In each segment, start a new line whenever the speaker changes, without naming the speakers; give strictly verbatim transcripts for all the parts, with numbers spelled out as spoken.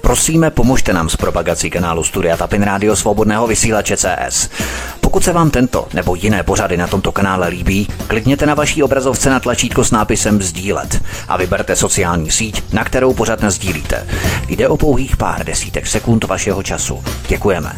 Prosíme, pomožte nám s propagací kanálu Studia Tapin Rádio Svobodného vysílače C S. Pokud se vám tento nebo jiné pořady na tomto kanále líbí, klikněte na vaší obrazovce na tlačítko s nápisem sdílet a vyberte sociální síť, na kterou pořad nasdílíte. Jde o pouhých pár desítek sekund vašeho času. Děkujeme.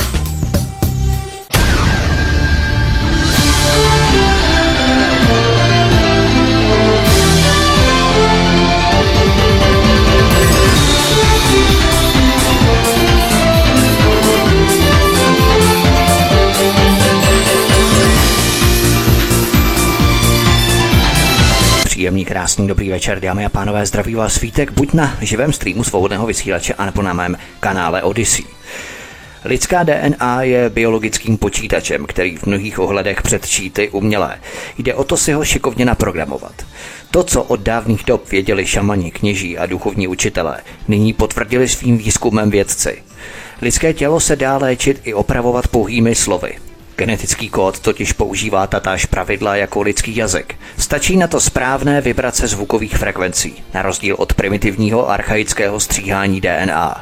Příjemný, krásný, dobrý večer, dámy a pánové, zdraví vás Vítek, buď na živém streamu Svobodného vysílače, anebo na mém kanále Odyssey. Lidská D N A je biologickým počítačem, který v mnohých ohledech předčí ty umělé. Jde o to si ho šikovně naprogramovat. To, co od dávných dob věděli šamani, kněží a duchovní učitelé, nyní potvrdili svým výzkumem vědci. Lidské tělo se dá léčit i opravovat pouhými slovy. Genetický kód totiž používá tatáž pravidla jako lidský jazyk. Stačí na to správné vibrace zvukových frekvencí, na rozdíl od primitivního archaického stříhání D N A.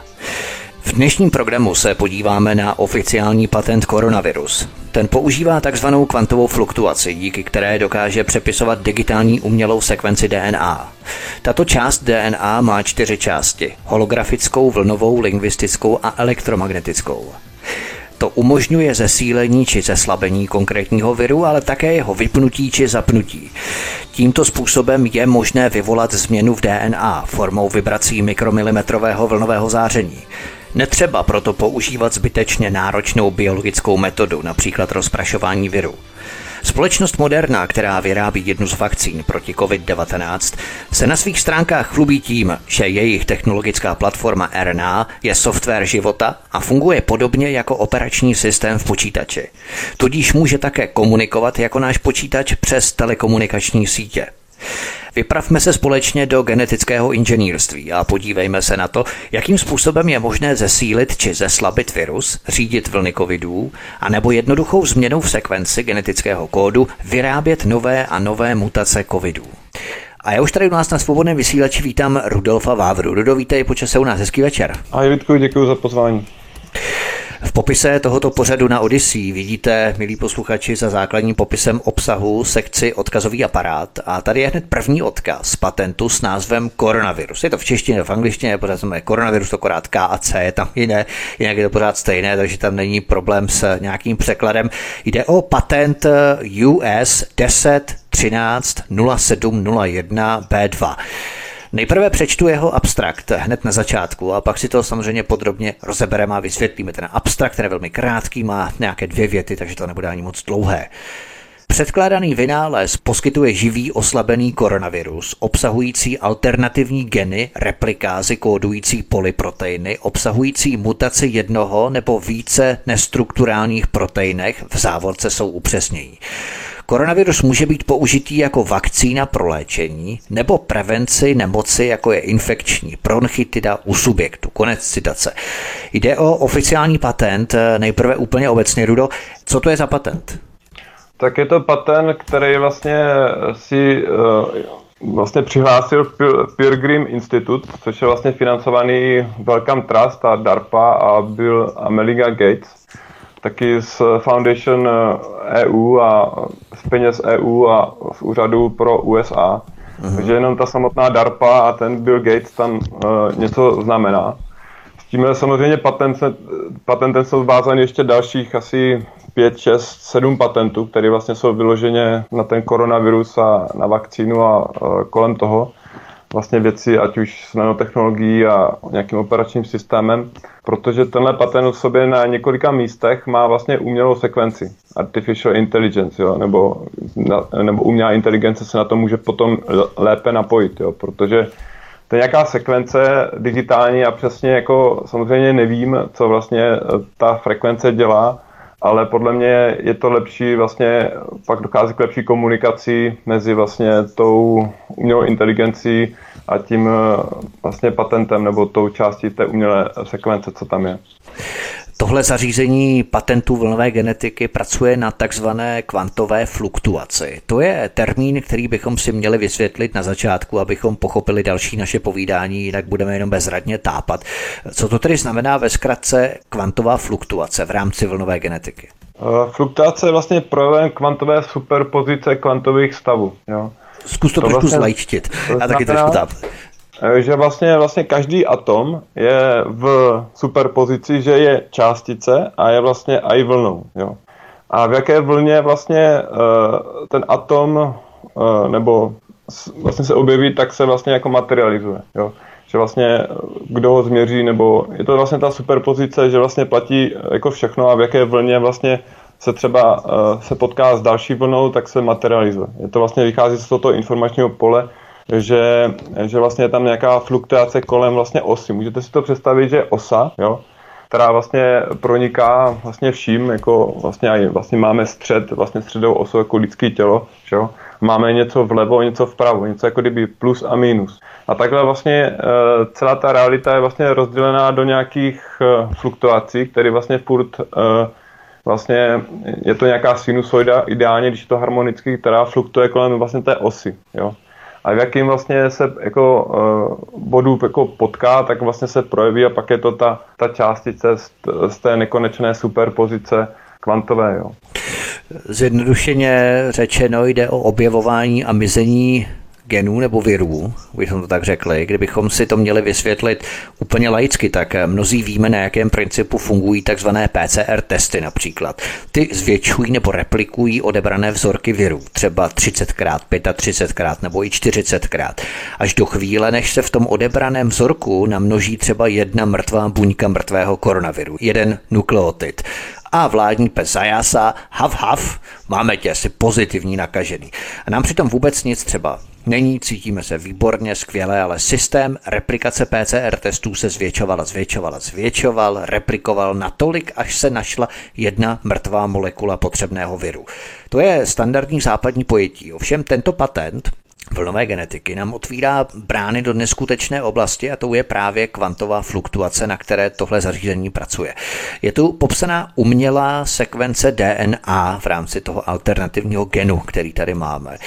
V dnešním programu se podíváme na oficiální patent koronavirus. Ten používá takzvanou kvantovou fluktuaci, díky které dokáže přepisovat digitální umělou sekvenci D N A. Tato část D N A má čtyři části: holografickou, vlnovou, lingvistickou a elektromagnetickou. To umožňuje zesílení či zeslabení konkrétního viru, ale také jeho vypnutí či zapnutí. Tímto způsobem je možné vyvolat změnu v D N A formou vibrací mikromilimetrového vlnového záření. Netřeba proto používat zbytečně náročnou biologickou metodu, například rozprašování viru. Společnost Moderna, která vyrábí jednu z vakcín proti covid devatenáct, se na svých stránkách chlubí tím, že jejich technologická platforma R N A je software života a funguje podobně jako operační systém v počítači. Tudíž může také komunikovat jako náš počítač přes telekomunikační sítě. Vypravme se společně do genetického inženýrství a podívejme se na to, jakým způsobem je možné zesílit či zeslabit virus, řídit vlny covidů, anebo jednoduchou změnou v sekvenci genetického kódu vyrábět nové a nové mutace covidů. A já už tady u nás na Svobodném vysílači vítám Rudolfa Vávru. Rudo, vítej, počas se u nás, hezký večer.
Ahoj Vítku, děkuji za pozvání.
V popise tohoto pořadu na Odyssey vidíte, milí posluchači, za základním popisem obsahu sekci odkazový aparát a tady je hned první odkaz patentu s názvem koronavirus. Je to v češtině, v angličtině, pořád jsme koronavirus, to akorát K a C je tam jiné, jinak je to pořád stejné, takže tam není problém s nějakým překladem. Jde o patent U S deset třináct nula sedm nula jedna B dva. Nejprve přečtu jeho abstrakt hned na začátku a pak si to samozřejmě podrobně rozebereme a vysvětlíme. Ten abstrakt, ten je velmi krátký, má nějaké dvě věty, takže to nebude ani moc dlouhé. Předkládaný vynález poskytuje živý oslabený koronavirus, obsahující alternativní geny, replikázy kódující polyproteiny, obsahující mutaci jednoho nebo více nestrukturálních proteinech, v závorce jsou upřesnění. Koronavirus může být použitý jako vakcína pro léčení nebo prevenci nemoci, jako je infekční bronchitida u subjektu. Konec citace. Jde o oficiální patent, nejprve úplně obecně, Rudo. Co to je za patent?
Tak je to patent, který vlastně si vlastně přihlásil Pilgrim Institute, což je vlastně financovaný Wellcome Trust a DARPA a Bill a Melinda Gates. Taky z Foundation E U a z peněz E U a z úřadu pro U S A. Uhum. Takže jenom ta samotná DARPA a ten Bill Gates tam uh, něco znamená. S tím samozřejmě patent, patentem jsou vázány ještě dalších asi pět, šest, sedm patentů, které vlastně jsou vyloženě na ten koronavirus a na vakcínu a uh, kolem toho. Vlastně věci, ať už s nanotechnologií a nějakým operačním systémem, protože tenhle patent v sobě na několika místech má vlastně umělou sekvenci, artificial intelligence, jo, nebo, nebo umělá inteligence se na to může potom lépe napojit, jo, protože to je nějaká sekvence digitální a přesně jako samozřejmě nevím, co vlastně ta frekvence dělá, ale podle mě je to lepší, vlastně pak dochází k lepší komunikaci mezi vlastně tou umělou inteligencí a tím vlastně patentem nebo tou částí té umělé sekvence, co tam je.
Tohle zařízení patentů vlnové genetiky pracuje na takzvané kvantové fluktuaci. To je termín, který bychom si měli vysvětlit na začátku, abychom pochopili další naše povídání, jinak budeme jenom bezradně tápat. Co to tedy znamená ve zkratce kvantová fluktuace v rámci vlnové genetiky?
Fluktuace je vlastně projevem kvantové superpozice kvantových stavů. Jo.
Zkus to, to trošku vlastně zlaičtit. Já taky trošku tápu.
Že vlastně, vlastně každý atom je v superpozici, že je částice a je vlastně i vlnou. Jo. A v jaké vlně vlastně ten atom nebo vlastně se objeví, tak se vlastně jako materializuje. Jo. Že vlastně kdo ho změří, nebo je to vlastně ta superpozice, že vlastně platí jako všechno a v jaké vlně vlastně se třeba se potká s další vlnou, tak se materializuje. Je to vlastně vychází z tohoto informačního pole, že, že vlastně je tam nějaká fluktuace kolem vlastně osy. Můžete si to představit, že osa, jo, která vlastně proniká vlastně vším, jako vlastně, vlastně máme střed, vlastně středovou osu jako lidské tělo, jo. Máme něco vlevo, něco vpravo, něco jako kdyby plus a minus. A takhle vlastně celá ta realita je vlastně rozdělená do nějakých fluktuací, které vlastně furt vlastně je to nějaká sinusoida, ideálně, když je to harmonicky, která fluktuje kolem vlastně té osy, jo. A v jakým vlastně se jako uh, bodu jako potká, tak vlastně se projeví a pak je to ta, ta částice z, z té nekonečné superpozice kvantové. Jo.
Zjednodušeně řečeno jde o objevování a mizení genů nebo virů, bychom to tak řekli. Kdybychom si to měli vysvětlit úplně laicky, tak mnozí víme, na jakém principu fungují takzvané P C R testy například. Ty zvětšují nebo replikují odebrané vzorky virů, třeba třicetkrát, třicetpětkrát nebo i čtyřicetkrát. Až do chvíle, než se v tom odebraném vzorku namnoží třeba jedna mrtvá buňka mrtvého koronaviru, jeden nukleotid. A vládní pes zajásá, hav, hav, máme tě, jsi pozitivní nakažený. A nám přitom vůbec nic třeba není, cítíme se výborně, skvěle, ale systém replikace P C R testů se zvětšoval, zvětšoval, zvětšoval, replikoval natolik, až se našla jedna mrtvá molekula potřebného viru. To je standardní západní pojetí. Ovšem tento patent vlnové genetiky nám otvírá brány do neskutečné oblasti a to je právě kvantová fluktuace, na které tohle zařízení pracuje. Je tu popsaná umělá sekvence D N A v rámci toho alternativního genu, který tady máme.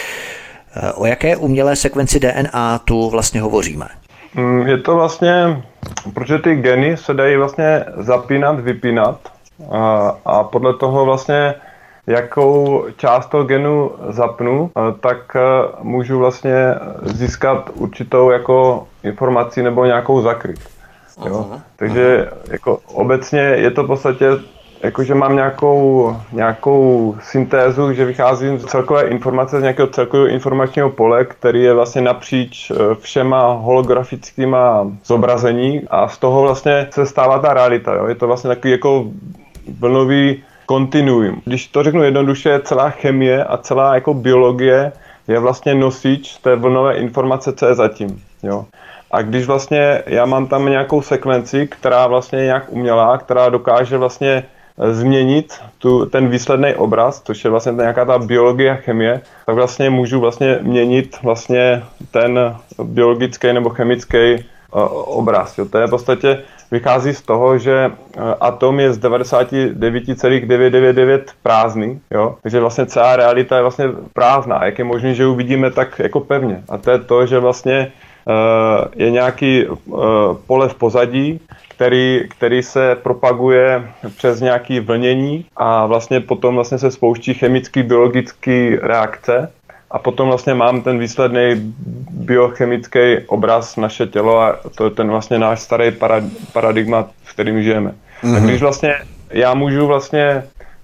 O jaké umělé sekvenci D N A tu vlastně hovoříme?
Je to vlastně, protože ty geny se dají vlastně zapínat, vypínat a, a podle toho vlastně jakou část toho genu zapnu, tak můžu vlastně získat určitou jako informaci nebo nějakou zakryt. Jo? Takže jako obecně je to v podstatě jako, že mám nějakou, nějakou syntézu, že vycházím z celkové informace, z nějakého celkového informačního pole, který je vlastně napříč všema holografickýma zobrazení a z toho vlastně se stává ta realita. Jo? Je to vlastně takový jako vlnový kontinuum. Když to řeknu jednoduše, celá chemie a celá jako biologie je vlastně nosič té vlnové informace, co je zatím. Jo. A když vlastně já mám tam nějakou sekvenci, která vlastně je nějak umělá, která dokáže vlastně změnit tu, ten výsledný obraz, což je vlastně nějaká ta biologie a chemie, tak vlastně můžu vlastně měnit vlastně ten biologický nebo chemický uh, obraz. Jo. To je v podstatě vychází z toho, že atom je z devadesát devět celá devět set devadesát devět prázdný, jo? Takže vlastně celá realita je vlastně prázdná. Jak je možné, že ji uvidíme tak jako pevně? A to je to, že vlastně uh, je nějaký uh, pole v pozadí, který, který se propaguje přes nějaké vlnění a vlastně potom vlastně se spouští chemický, biologický reakce. A potom vlastně mám ten výsledný biochemický obraz naše tělo a to je ten vlastně náš starý paradigma, v kterým žijeme. Mm-hmm. Tak když vlastně já můžu vlastně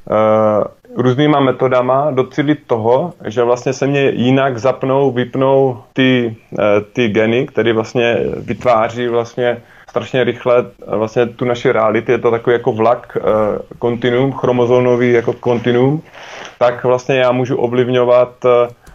uh, různýma metodama docílit toho, že vlastně se mě jinak zapnou, vypnou ty, uh, ty geny, které vlastně vytváří vlastně strašně rychle vlastně tu naši realitu, je to takový jako vlak, kontinuum, uh, chromozómový jako kontinuum, tak vlastně já můžu ovlivňovat uh,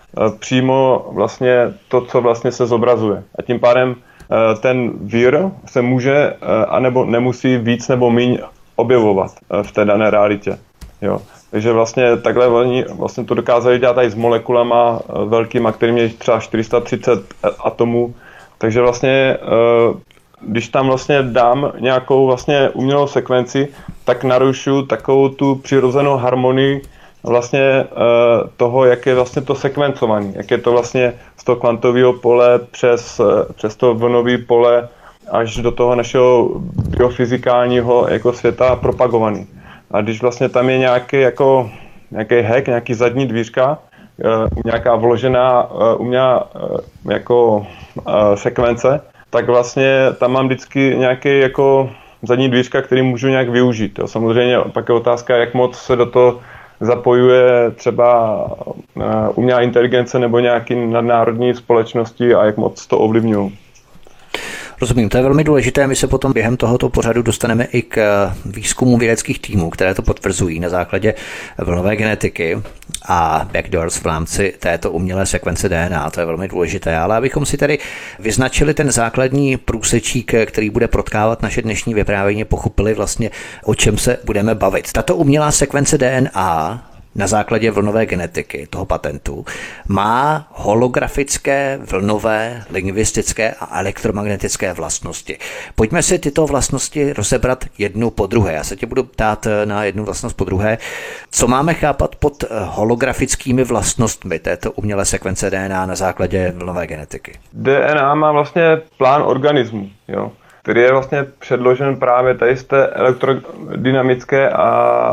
přímo vlastně to, co vlastně se zobrazuje. A tím pádem ten vír se může anebo nemusí víc nebo míň objevovat v té dané realitě. Jo. Takže vlastně takhle oni vlastně to dokázali dělat i s molekulama velkýma, který mějí třeba čtyři sta třicet atomů. Takže vlastně když tam vlastně dám nějakou vlastně umělou sekvenci, tak narušuju takovou tu přirozenou harmonii vlastně toho, jak je vlastně to sekvencovaný, jak je to vlastně z toho kvantového pole přes, přes to vlnové pole až do toho našeho biofyzikálního jako světa propagovaný. A když vlastně tam je nějaký, jako, nějaký hack, nějaký zadní dvířka, nějaká vložená umělá jako sekvence, tak vlastně tam mám vždycky nějaký jako zadní dvířka, který můžu nějak využít. Jo. Samozřejmě pak je otázka, jak moc se do toho zapojuje třeba umělá inteligence nebo nějaký nadnárodní společnosti a jak moc to ovlivňují.
Rozumím, to je velmi důležité. My se potom během tohoto pořadu dostaneme i k výzkumu vědeckých týmů, které to potvrzují na základě vlnové genetiky a backdoors v rámci této umělé sekvence D N A. To je velmi důležité, ale abychom si tady vyznačili ten základní průsečík, který bude protkávat naše dnešní vyprávění, pochopili vlastně, o čem se budeme bavit. Tato umělá sekvence D N A na základě vlnové genetiky toho patentu má holografické, vlnové, lingvistické a elektromagnetické vlastnosti. Pojďme si tyto vlastnosti rozebrat jednu po druhé. Já se tě budu ptát na jednu vlastnost po druhé. Co máme chápat pod holografickými vlastnostmi této umělé sekvence D N A na základě vlnové genetiky?
D N A má vlastně plán organismu, jo, který je vlastně předložen právě tady z té elektrodynamické a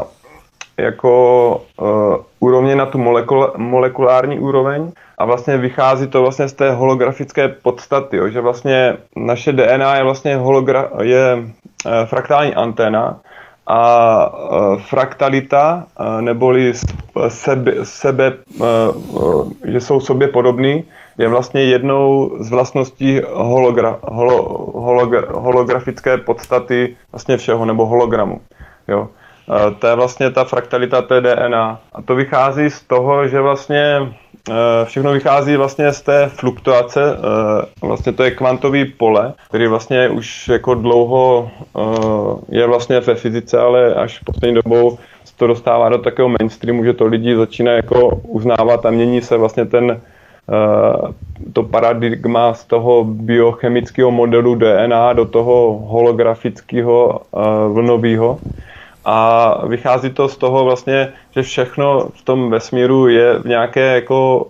jako uh, úrovně na tu molekul, molekulární úroveň a vlastně vychází to vlastně z té holografické podstaty, jo, že vlastně naše D N A je vlastně hologra, je uh, fraktální anténa a uh, fraktalita, uh, neboli sebe, sebe uh, uh, že jsou sobě podobný, je vlastně jednou z vlastností hologra, holo, hologra, holografické podstaty vlastně všeho, nebo hologramu, jo. To je vlastně ta fraktalita té D N A. A to vychází z toho, že vlastně všechno vychází vlastně z té fluktuace, vlastně to je kvantový pole, který vlastně už jako dlouho je vlastně ve fyzice, ale až poslední dobou se to dostává do takového mainstreamu, že to lidi začínají jako uznávat a mění se vlastně ten to paradigma z toho biochemického modelu D N A do toho holografického vlnového. A vychází to z toho vlastně, že všechno v tom vesmíru je v nějaké jako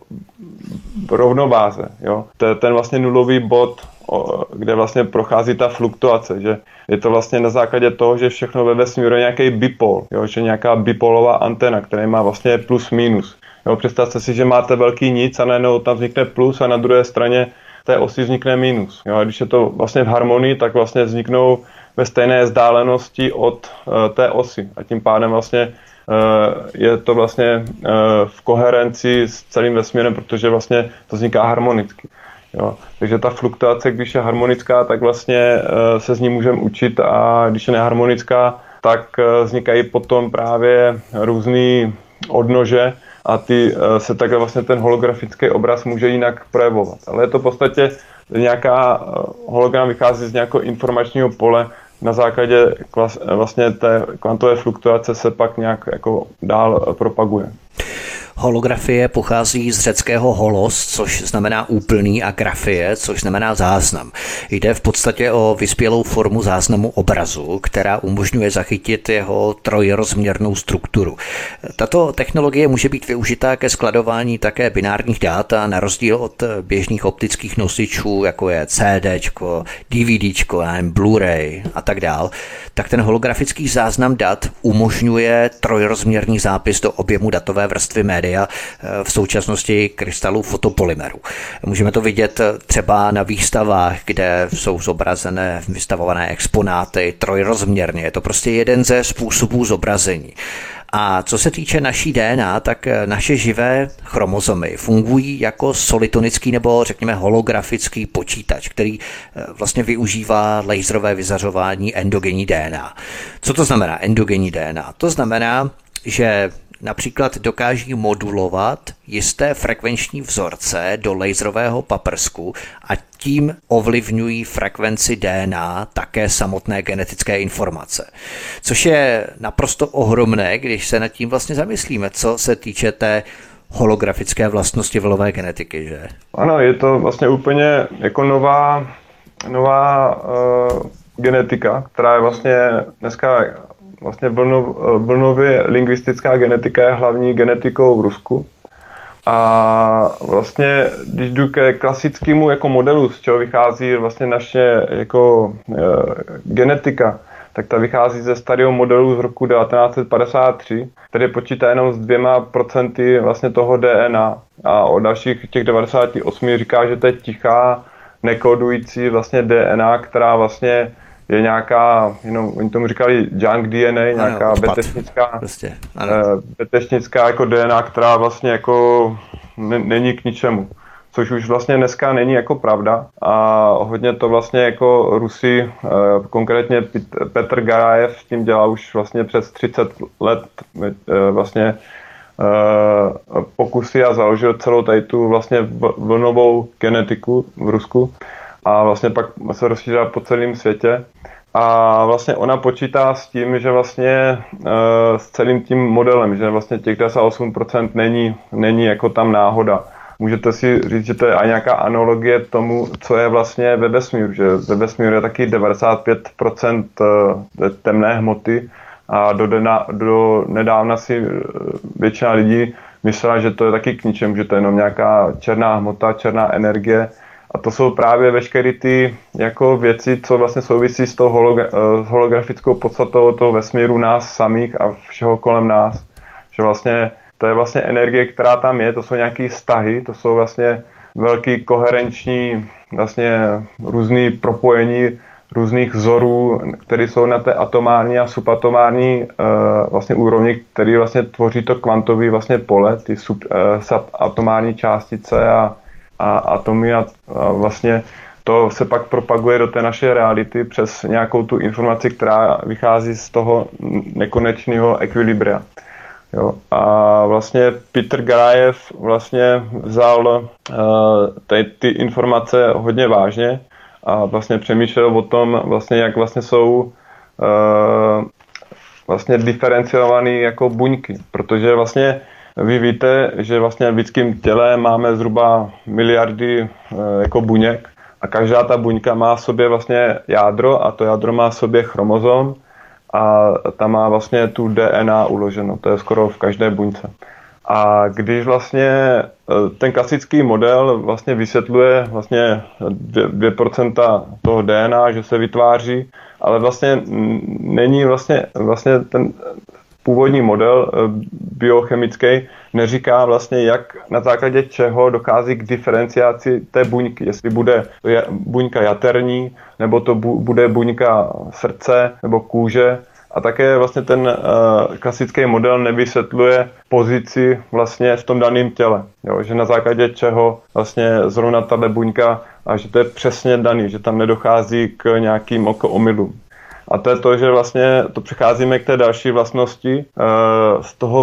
rovnováze. Jo? To je ten vlastně nulový bod, kde vlastně prochází ta fluktuace. Že je to vlastně na základě toho, že všechno ve vesmíru je nějaký bipol, jo? Že nějaká bipolová antena, která má vlastně plus minus. Jo? Představte si, že máte velký nic a najednou tam vznikne plus a na druhé straně té osy vznikne minus. Jo? A když je to vlastně v harmonii, tak vlastně vzniknou ve stejné vzdálenosti od uh, té osy a tím pádem vlastně uh, je to vlastně uh, v koherenci s celým vesmírem, protože vlastně to vzniká harmonicky. Jo. Takže ta fluktuace, když je harmonická, tak vlastně uh, se z ní můžeme učit a když je neharmonická, tak uh, vznikají potom právě různý odnože a ty uh, se takhle vlastně ten holografický obraz může jinak projevovat. Ale je to v podstatě nějaká uh, hologram vychází z nějakého informačního pole, na základě klas, vlastně té kvantové fluktuace se pak nějak jako dál propaguje.
Holografie pochází z řeckého holos, což znamená úplný, a grafie, což znamená záznam. Jde v podstatě o vyspělou formu záznamu obrazu, která umožňuje zachytit jeho trojrozměrnou strukturu. Tato technologie může být využitá ke skladování také binárních dat a na rozdíl od běžných optických nosičů, jako je CDčko, DVDčko, Blu-ray a tak dál, tak ten holografický záznam dat umožňuje trojrozměrný zápis do objemu datové vrstvy média v současnosti krystalů fotopolymerů. Můžeme to vidět třeba na výstavách, kde jsou zobrazené vystavované exponáty trojrozměrně. Je to prostě jeden ze způsobů zobrazení. A co se týče naší D N A, tak naše živé chromozomy fungují jako solitonický nebo řekněme holografický počítač, který vlastně využívá laserové vyzařování endogenní D N A. Co to znamená endogenní D N A? To znamená, že například dokáží modulovat jisté frekvenční vzorce do laserového paprsku a tím ovlivňují frekvenci D N A také samotné genetické informace. Což je naprosto ohromné, když se nad tím vlastně zamyslíme, co se týče té holografické vlastnosti vlnové genetiky, že?
Ano, je to vlastně úplně jako nová, nová uh, genetika, která je vlastně dneska vlastně vlno, vlnově lingvistická genetika je hlavní genetikou v Rusku. A vlastně, když jdu ke klasickému jako modelu, z čeho vychází vlastně naše jako e, genetika, tak ta vychází ze starého modelu z roku devatenáct set padesát tři, který počítá jenom s dvěma procenty vlastně toho D N A. A o dalších těch devadesát osm říká, že to je tichá, nekodující vlastně D N A, která vlastně je nějaká, jenom oni tomu říkali junk D N A, nějaká ano, betešnická, prostě, ano. betešnická jako D N A, která vlastně jako ne, není k ničemu. Což už vlastně dneska není jako pravda a hodně to vlastně jako Rusi, konkrétně Petr Garajev s tím dělá už vlastně přes třicet let vlastně pokusy a založil celou tady tu vlastně vlnovou genetiku v Rusku a vlastně pak se rozšířila po celém světě. A vlastně ona počítá s tím, že vlastně s celým tím modelem, že vlastně těch devadesát osm procent není, není jako tam náhoda. Můžete si říct, že to je i nějaká analogie tomu, co je vlastně ve vesmíru, že ve vesmíru je taky devadesát pět procent temné hmoty a do, dena, do nedávna si většina lidí myslela, že to je taky k ničemu, že to je jenom nějaká černá hmota, černá energie. A to jsou právě veškeré ty jako věci, co vlastně souvisí s tou hologra- s holografickou podstatou toho vesmíru nás samých a všeho kolem nás. Že vlastně to je vlastně energie, která tam je, to jsou nějaké vztahy, to jsou vlastně velký koherenční vlastně různý propojení různých vzorů, které jsou na té atomární a subatomární uh, vlastně úrovni, které vlastně tvoří to kvantové vlastně pole, ty sub, uh, subatomární částice a, a atomy a, a vlastně to se pak propaguje do té naší reality přes nějakou tu informaci, která vychází z toho nekonečného ekvilibria. Jo. A vlastně Petr Garajev vlastně vzal uh, ty, ty informace hodně vážně a vlastně přemýšlel o tom, vlastně, jak vlastně jsou uh, vlastně diferenciované jako buňky, protože vlastně vy víte, že vlastně v lidském těle máme zhruba miliardy uh, jako buněk a každá ta buňka má v sobě vlastně jádro a to jádro má v sobě chromozom a tam má vlastně tu D N A uloženo, to je skoro v každé buňce. A když vlastně ten klasický model vlastně vysvětluje vlastně dvě procenta toho D N A, že se vytváří, ale vlastně není vlastně, vlastně ten původní model biochemický neříká vlastně, jak na základě čeho dochází k diferenciaci té buňky. Jestli bude buňka jaterní, nebo to bude buňka srdce, nebo kůže. A také vlastně ten uh, klasický model nevysvětluje pozici vlastně v tom daném těle. Jo? Že na základě čeho vlastně zrovna tato buňka a že to je přesně daný, že tam nedochází k nějakým omylům. A to je to, že vlastně to přecházíme k té další vlastnosti, z toho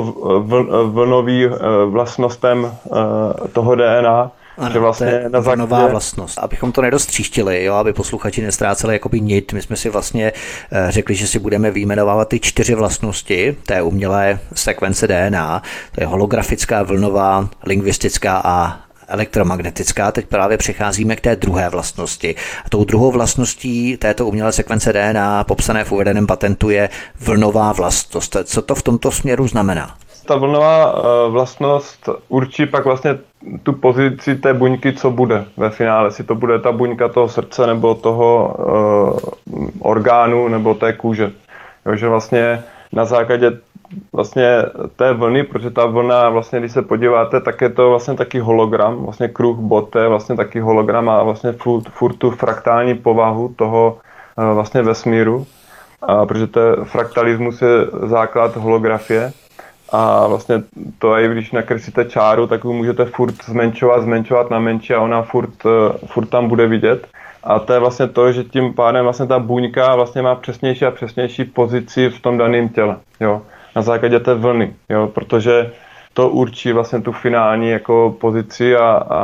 vlnový vlastnostem toho D N A.
Ano, že vlastně to je na základě... nová vlastnost. Abychom to nedostříštili, jo, aby posluchači nestráceli jakoby nit, my jsme si vlastně řekli, že si budeme vyjmenovávat ty čtyři vlastnosti té umělé sekvence D N A. To je holografická, vlnová, lingvistická a elektromagnetická. Teď právě přecházíme k té druhé vlastnosti. A tou druhou vlastností této umělé sekvence D N A popsané v uvedeném patentu je vlnová vlastnost. Co to v tomto směru znamená?
Ta vlnová vlastnost určí pak vlastně tu pozici té buňky, co bude ve finále. Jestli to bude ta buňka toho srdce nebo toho uh, orgánu nebo té kůže. Jo, že vlastně na základě vlastně té vlny, protože ta vlna, vlastně, když se podíváte, tak je to vlastně taky hologram, vlastně kruh bod, to je vlastně taky hologram a vlastně furt, furt tu fraktální povahu toho uh, vlastně vesmíru, a protože to je, fraktalismus je základ holografie. A vlastně to i když nakreslíte čáru, tak ji můžete furt zmenšovat, zmenšovat na menší a ona furt, furt tam bude vidět. A to je vlastně to, že tím pádem vlastně ta buňka vlastně má přesnější a přesnější pozici v tom daném těle. Jo? Na základě té vlny, jo? Protože to určí vlastně tu finální jako pozici a, a,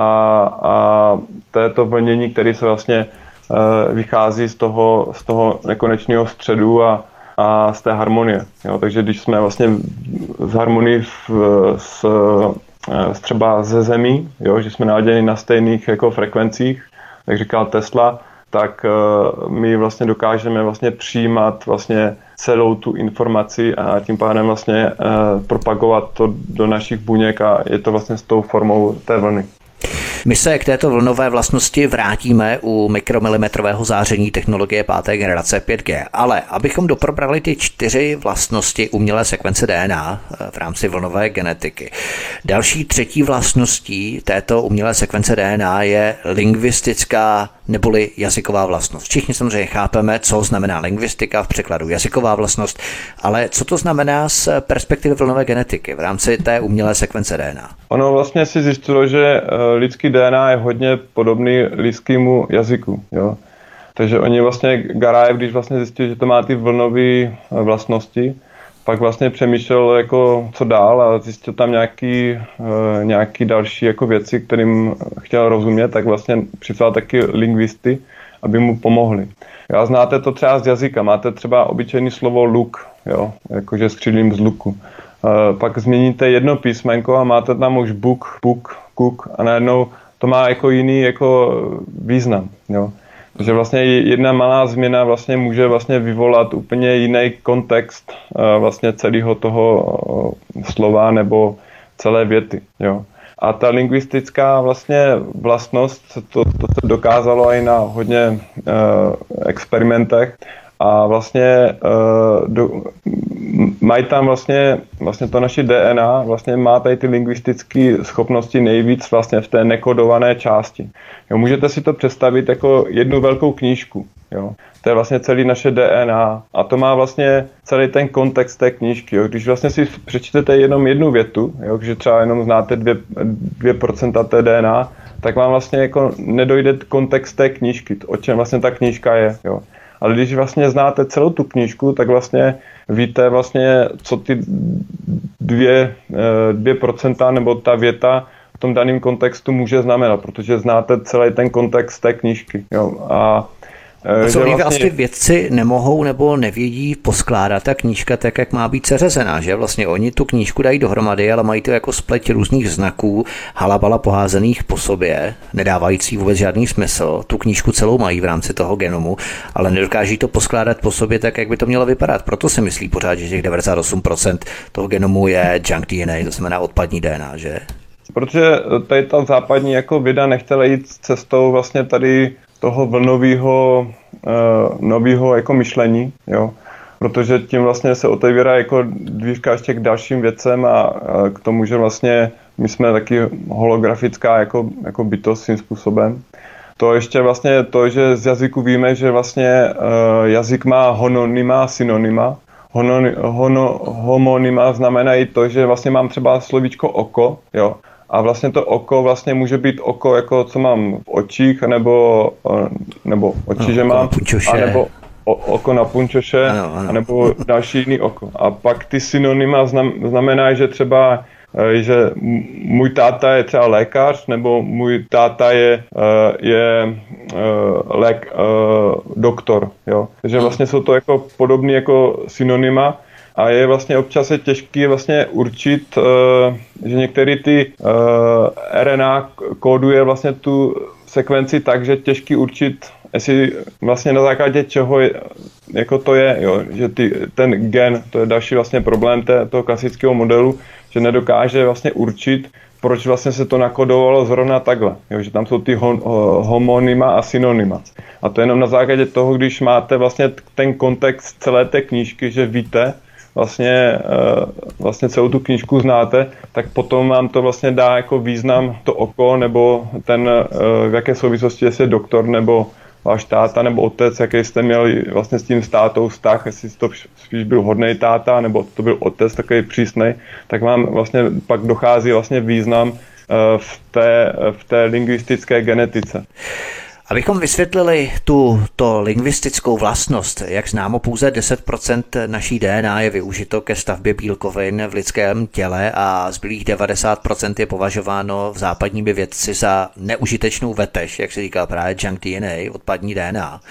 a to je to vlnění, které se vlastně e, vychází z toho, z toho nekonečného středu a a z té harmonie. Jo, takže když jsme vlastně v harmonii v, s, s třeba ze zemí, jo, že jsme naladěni na stejných jako frekvencích, jak říkal Tesla, tak my vlastně dokážeme vlastně přijímat vlastně celou tu informaci a tím pádem vlastně propagovat to do našich buněk a je to vlastně s tou formou té vlny.
My se k této vlnové vlastnosti vrátíme u mikromilimetrového záření technologie páté generace pět G, ale abychom doprobrali ty čtyři vlastnosti umělé sekvence D N A v rámci vlnové genetiky. Další třetí vlastností této umělé sekvence D N A je lingvistická neboli jazyková vlastnost. Všichni samozřejmě chápeme, co znamená lingvistika, v překladu jazyková vlastnost, ale co to znamená z perspektivy vlnové genetiky v rámci té umělé sekvence D N A?
Ono vlastně si zjistilo, že lidský D N A je hodně podobný lidskému jazyku. Jo? Takže oni vlastně, Garajev, když vlastně zjistil, že to má ty vlnové vlastnosti, pak vlastně přemýšlel, jako, co dál a zjistil tam nějaký, nějaký další jako věci, kterým chtěl rozumět, tak vlastně připsal taky lingvisty, aby mu pomohli. Já znáte to třeba z jazyka, máte třeba obyčejný slovo luk, jo? Jakože skřídlím z luku. Pak změníte jedno písmenko a máte tam už buk, puk, kuk a najednou to má jako jiný jako význam. Jo? Takže vlastně jedna malá změna vlastně může vlastně vyvolat úplně jiný kontext vlastně celého toho slova nebo celé věty. Jo? A ta lingvistická vlastně vlastnost, to, to se dokázalo i na hodně uh, experimentech a vlastně uh, do, mají tam vlastně, vlastně to naše D N A vlastně má tady ty lingvistické schopnosti nejvíc vlastně v té nekodované části. Jo, můžete si to představit jako jednu velkou knížku. Jo. To je vlastně celý naše D N A a to má vlastně celý ten kontext té knížky. Jo. Když vlastně si přečtete jenom jednu větu, jo, že třeba jenom znáte dvě procenta té D N A, tak vám vlastně jako nedojde kontext té knížky, o čem vlastně ta knížka je. Jo. Ale když vlastně znáte celou tu knížku, tak vlastně víte vlastně, co ty dvě, dvě procenta nebo ta věta v tom daném kontextu může znamenat, protože znáte celý ten kontext té knížky. Jo. A
A co oni vlastně... vlastně vědci nemohou nebo nevědí poskládat ta knížka tak, jak má být seřazená, že? Vlastně oni tu knížku dají dohromady, ale mají to jako spleť různých znaků, halabala poházených po sobě, nedávající vůbec žádný smysl. Tu knížku celou mají v rámci toho genomu, ale nedokáží to poskládat po sobě tak, jak by to mělo vypadat. Proto si myslí pořád, že těch devadesát osm procent toho genomu je junk D N A, to znamená odpadní D N A, že?
Protože tady ta západní jako věda nechtěla jít cestou vlastně tady toho vlnového uh, nového jako myšlení, jo. Protože tím vlastně se otevírá jako dvířka ještě k dalším věcem a, a k tomu, že vlastně my jsme taky holografická jako, jako bytost svým způsobem. To ještě vlastně to, že z jazyku víme, že vlastně uh, jazyk má hononyma a synonyma. Hono, hono, homonyma znamená i to, že vlastně mám třeba slovíčko oko, jo. A vlastně to oko vlastně může být oko, jako co mám v očích, nebo, nebo oči, no, že mám, anebo oko na punčoše, ano, ano. Nebo další jiný oko. A pak ty synonyma znamená, že třeba, že můj táta je třeba lékař, nebo můj táta je, je lék, doktor. Jo? Takže vlastně jsou to jako podobné jako synonyma. A je vlastně občas je těžký vlastně určit, že některé ty R N A kóduje vlastně tu sekvenci tak, že těžký určit, jestli vlastně na základě čeho je, jako to je, jo, že ty, ten gen, to je další vlastně problém té, toho klasického modelu, že nedokáže vlastně určit, proč vlastně se to nakodovalo zrovna takhle, jo, že tam jsou ty hon, homonyma a synonyma. A to jenom na základě toho, když máte vlastně ten kontext celé té knížky, že víte, Vlastně, vlastně celou tu knížku znáte, tak potom vám to vlastně dá jako význam to oko, nebo ten, v jaké souvislosti jestli je doktor, nebo váš táta, nebo otec, jaký jste měli vlastně s tím tátou vztah, jestli to spíš byl hodnej táta, nebo to byl otec takový přísnej, tak vám vlastně pak dochází vlastně význam v té, v té lingvistické genetice.
Abychom vysvětlili tu to lingvistickou vlastnost, jak známo, pouze deset procent naší D N A je využito ke stavbě bílkovin v lidském těle a zbylých devadesát procent je považováno v západními vědci za neužitečnou vetež, jak se říká právě junk D N A, odpadní D N A.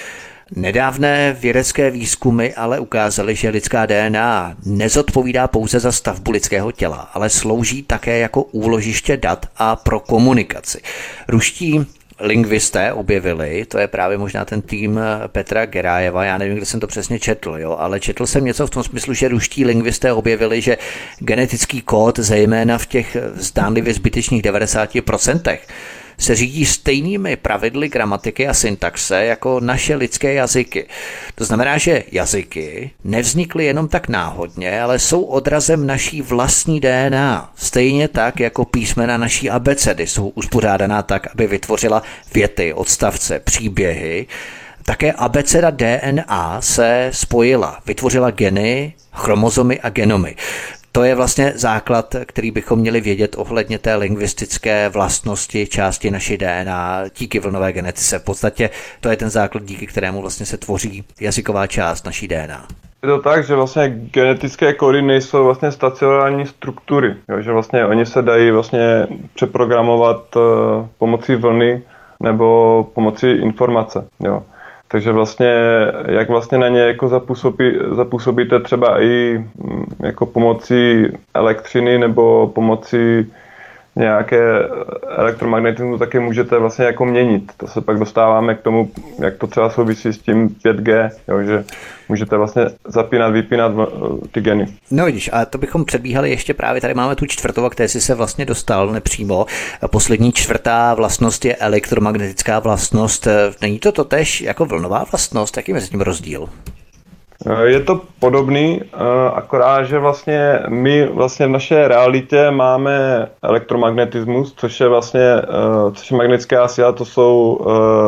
Nedávné vědecké výzkumy ale ukázaly, že lidská D N A nezodpovídá pouze za stavbu lidského těla, ale slouží také jako úložiště dat a pro komunikaci. Ruští lingvisté objevili, to je právě možná ten tým Petra Gerájeva, já nevím, kde jsem to přesně četl, jo, ale četl jsem něco v tom smyslu, že ruští lingvisté objevili, že genetický kód, zejména v těch zdánlivě zbytečných devadesáti procentech, se řídí stejnými pravidly gramatiky a syntaxe jako naše lidské jazyky. To znamená, že jazyky nevznikly jenom tak náhodně, ale jsou odrazem naší vlastní D N A. Stejně tak, jako písmena naší abecedy jsou uspořádaná tak, aby vytvořila věty, odstavce, příběhy. Také abeceda D N A se spojila, vytvořila geny, chromozomy a genomy. To je vlastně základ, který bychom měli vědět ohledně té lingvistické vlastnosti části naší D N A díky vlnové genetice. V podstatě to je ten základ, díky kterému vlastně se tvoří jazyková část naší D N A.
Je to tak, že vlastně genetické kódy nejsou vlastně stacionární struktury, jo, že vlastně oni se dají vlastně přeprogramovat uh, pomocí vlny nebo pomocí informace, jo. Takže vlastně, jak vlastně na ně jako zapůsobí, zapůsobíte třeba i jako pomocí elektřiny nebo pomocí nějaké elektromagnetismu, taky můžete vlastně jako měnit. To se pak dostáváme k tomu, jak to třeba souvisí s tím pět G, jo, že můžete vlastně zapínat, vypínat ty geny.
No vidíš, a to bychom předbíhali ještě právě, tady máme tu čtvrtou, které si se vlastně dostal nepřímo. Poslední čtvrtá vlastnost je elektromagnetická vlastnost. Není to totéž jako vlnová vlastnost? Jaký je mezi tím rozdíl?
Je to podobný, akorát, že vlastně my vlastně v naší realitě máme elektromagnetismus, což je vlastně, což je magnetická síla, to jsou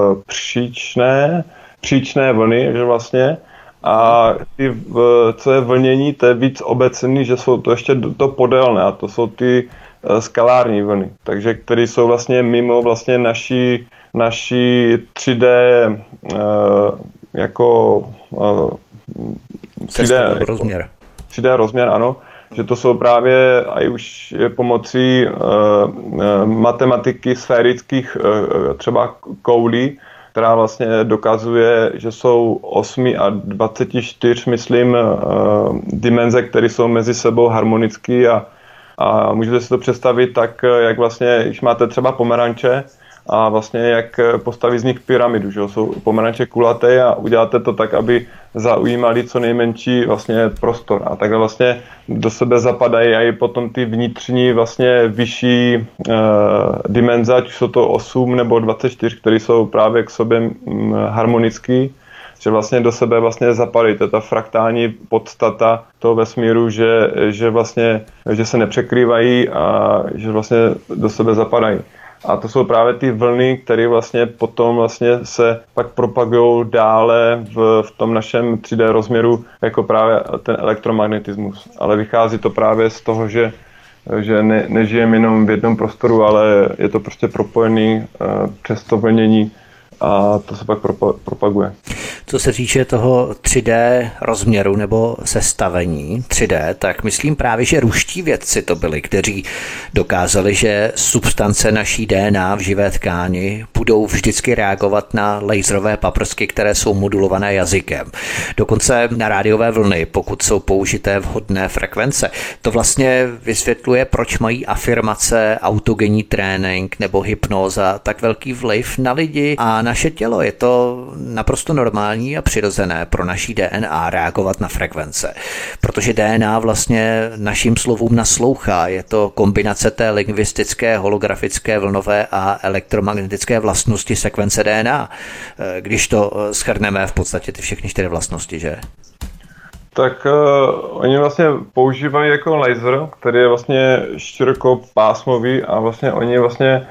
příčné, příčné vlny, že vlastně, a ty, co je vlnění, to je víc obecný, že jsou to ještě to podélné, a to jsou ty skalární vlny, takže které jsou vlastně mimo vlastně naší, naší tři dé jako tři dé
rozměr.
tři dé rozměr, ano, že to jsou právě i už pomocí uh, uh, matematiky sférických uh, třeba koulí, která vlastně dokazuje, že jsou osm a dvacet čtyři, myslím, uh, dimenze, které jsou mezi sebou harmonické a, a můžete si to představit tak, jak vlastně, když máte třeba pomeranče, a vlastně jak postaví z nich pyramidu, že jsou pomeranče kulaté a uděláte to tak, aby zaujímali co nejmenší vlastně prostor. A takhle vlastně do sebe zapadají i potom ty vnitřní vlastně vyšší e, dimenze, ať jsou to osm nebo dvacet čtyři, které jsou právě k sobě m, harmonický, že vlastně do sebe vlastně zapadají. To je ta fraktální podstata toho vesmíru, že, že vlastně že se nepřekrývají a že vlastně do sebe zapadají. A to jsou právě ty vlny, které vlastně potom vlastně se pak propagují dále v, v tom našem tři dé rozměru jako právě ten elektromagnetismus. Ale vychází to právě z toho, že, že ne, nežijeme jenom v jednom prostoru, ale je to prostě propojený uh, přes to vlnění a to se pak propa- propaguje.
Co se týče toho tři dé rozměru nebo sestavení tři dé, tak myslím právě, že ruští vědci to byli, kteří dokázali, že substance naší D N A v živé tkáni budou vždycky reagovat na laserové paprsky, které jsou modulované jazykem. Dokonce na rádiové vlny, pokud jsou použité vhodné frekvence. To vlastně vysvětluje, proč mají afirmace, autogenní trénink nebo hypnóza tak velký vliv na lidi a naše tělo. Je to naprosto normální a přirozené pro naší D N A reagovat na frekvence, protože D N A vlastně našim slovům naslouchá. Je to kombinace té lingvistické, holografické, vlnové a elektromagnetické vlastnosti sekvence D N A. Když to shrneme v podstatě ty všechny čtyři vlastnosti, že?
Tak uh, oni vlastně používají jako laser, který je vlastně širokopásmový a vlastně oni vlastně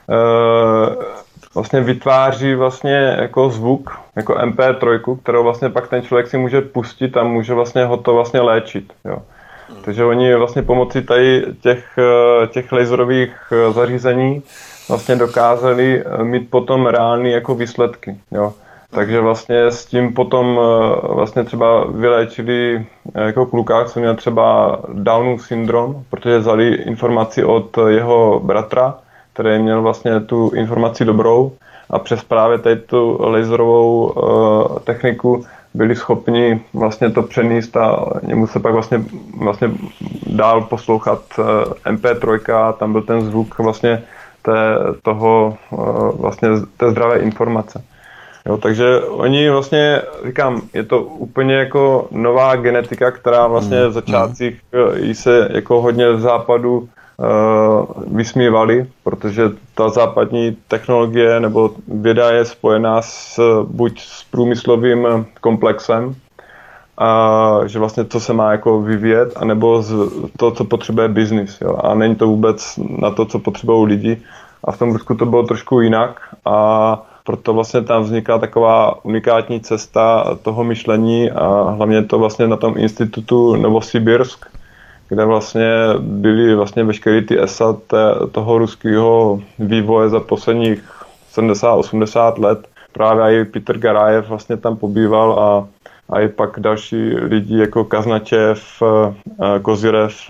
uh, vlastně vytváří vlastně jako zvuk, jako em pé tři, kterou vlastně pak ten člověk si může pustit a může vlastně ho to vlastně léčit, jo. Takže oni vlastně pomocí tady těch, těch laserových zařízení vlastně dokázali mít potom reální jako výsledky, jo. Takže vlastně s tím potom vlastně třeba vyléčili jako kluka, co měl třeba Downův syndrom, protože vzali informaci od jeho bratra, který měl vlastně tu informaci dobrou a přes právě tady tu laserovou uh, techniku byli schopni vlastně to přenést a němu se pak vlastně, vlastně dál poslouchat uh, em pé tři a tam byl ten zvuk vlastně té, toho vlastně té zdravé informace. Jo, takže oni vlastně, říkám, je to úplně jako nová genetika, která vlastně v začátcích jí se jako hodně z západu uh, vysmívali, protože ta západní technologie nebo věda je spojená s, buď s průmyslovým komplexem, a že vlastně to se má jako vyvíjet, anebo z to, co potřebuje biznis. Jo. A není to vůbec na to, co potřebují lidi. A v tom Rusku to bylo trošku jinak a proto vlastně tam vzniká taková unikátní cesta toho myšlení a hlavně to vlastně na tom institutu Novosibirsk, kde vlastně byly vlastně veškeré ty esa toho ruského vývoje za posledních sedmdesát osmdesát let. Právě i Petr Garajev vlastně tam pobýval a, a i pak další lidi jako Kaznačev, Kozirev.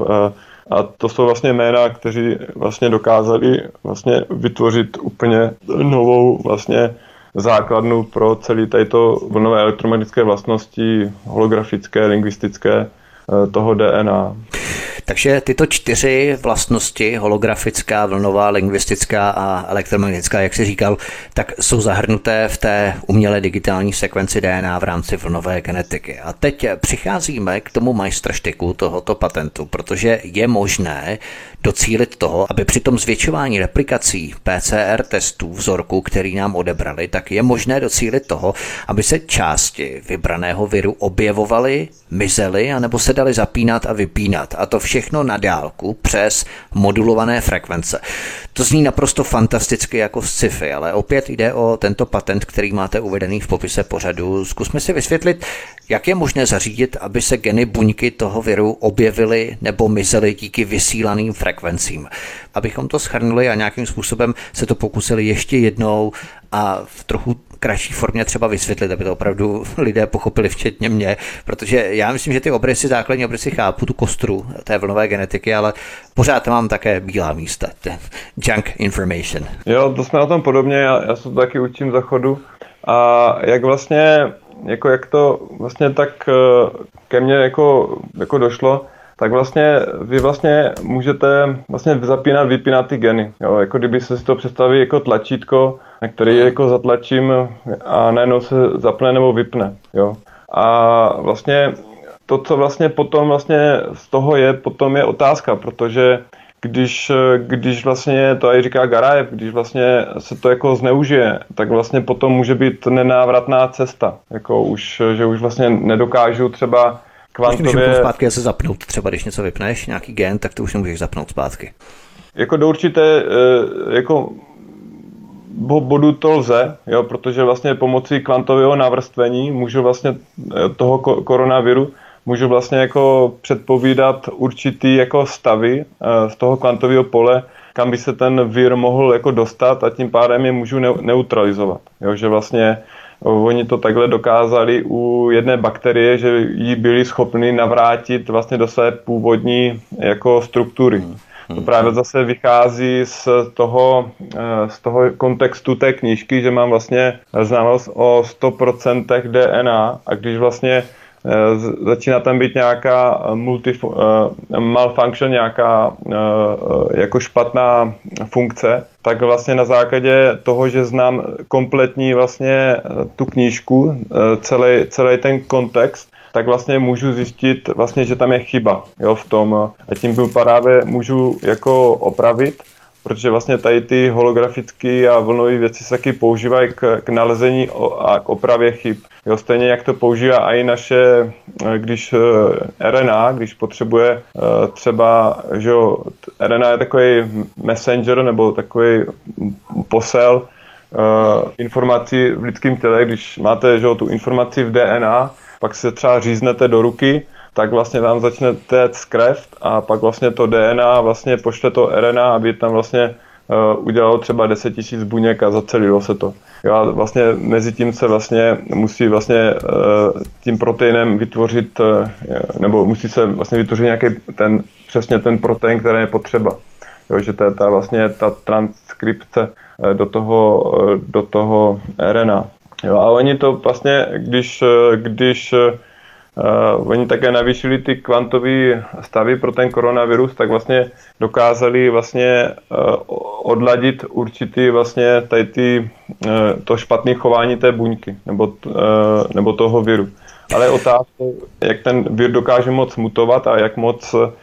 A to jsou vlastně jména, kteří vlastně dokázali vlastně vytvořit úplně novou vlastně základnu pro celý tato vlnové elektromagnetické vlastnosti, holografické, lingvistické toho D N A.
Takže tyto čtyři vlastnosti, holografická, vlnová, lingvistická a elektromagnetická, jak jsi říkal, tak jsou zahrnuté v té umělé digitální sekvenci D N A v rámci vlnové genetiky. A teď přicházíme k tomu majstrštyku tohoto patentu, protože je možné docílit toho, aby při tom zvětšování replikací P C R testů vzorku, který nám odebrali, tak je možné docílit toho, aby se části vybraného viru objevovaly, mizely, anebo se daly zapínat a vypínat. A to všechno na dálku přes modulované frekvence. To zní naprosto fantasticky jako v sci-fi, ale opět jde o tento patent, který máte uvedený v popise pořadu. Zkusme si vysvětlit, jak je možné zařídit, aby se geny buňky toho viru objevily nebo mizely díky vysílaným frekvencím. Abychom to shrnuli a nějakým způsobem se to pokusili ještě jednou a v trochu kratší formě třeba vysvětlit, aby to opravdu lidé pochopili, včetně mě, protože já myslím, že ty obrysy, základní obrysy chápu, tu kostru té vlnové genetiky, ale pořád mám také bílá místa, junk information.
Jo, to jsme na tom podobně, já, já se to taky učím za chodu a jak vlastně, jako jak to vlastně tak ke mně jako, jako došlo, tak vlastně vy vlastně můžete vlastně zapínat, vypínat ty geny. Jo? Jako kdyby se si to představí jako tlačítko, na který jako zatlačím a najednou se zapne nebo vypne. Jo? A vlastně to, co vlastně potom vlastně z toho je, potom je otázka, protože když, když vlastně, to i říká Garajev, když vlastně se to jako zneužije, tak vlastně potom může být nenávratná cesta. Jako už, že už vlastně nedokážu třeba kvantově...
Můžeš zpátky se zapnout, třeba když něco vypneš, nějaký gen, tak to už nemůžeš zapnout zpátky.
Jako do určité jako bodu to lze, jo, protože vlastně pomocí kvantového navrstvení můžu vlastně toho koronaviru můžu vlastně jako předpovídat určitý jako stavy z toho kvantového pole, kam by se ten vir mohl jako dostat a tím pádem je můžu neutralizovat. Jo, že vlastně oni to takhle dokázali u jedné bakterie, že ji byli schopni navrátit vlastně do své původní jako struktury. To právě zase vychází z toho, z toho kontextu té knížky, že mám vlastně znalost o sto procent D N A a když vlastně začíná tam být nějaká multi, malfunction, nějaká jako špatná funkce, tak vlastně na základě toho, že znám kompletní vlastně tu knížku, celý, celý ten kontext, tak vlastně můžu zjistit vlastně, že tam je chyba, jo, v tom a tím právě můžu jako opravit, protože vlastně tady ty holografické a vlnové věci se taky používají k, k nalezení a k opravě chyb. Jo, stejně jak to používá i naše, když R N A, když potřebuje třeba, že jo, R N A je takový messenger nebo takový posel uh, informací v lidském těle, když máte, že jo, tu informaci v D N A, pak se třeba říznete do ruky, tak vlastně vám začne téct krev a pak vlastně to D N A vlastně pošle to R N A, aby tam vlastně uh, udělalo třeba deset tisíc buněk a zacelilo se to. Jo, a vlastně mezi tím se vlastně musí vlastně uh, tím proteinem vytvořit, uh, nebo musí se vlastně vytvořit nějaký ten, přesně ten protein, který je potřeba. Jo, že to je ta vlastně ta transkripce uh, do toho, uh, do toho R N A. Jo, a oni to vlastně, když, když uh, oni také navýšili ty kvantové stavy pro ten koronavirus, tak vlastně dokázali vlastně uh, odladit určitý vlastně tady ty, uh, to špatné chování té buňky nebo, uh, nebo toho viru. Ale otázka, jak ten vir dokáže moc mutovat a jak moc uh,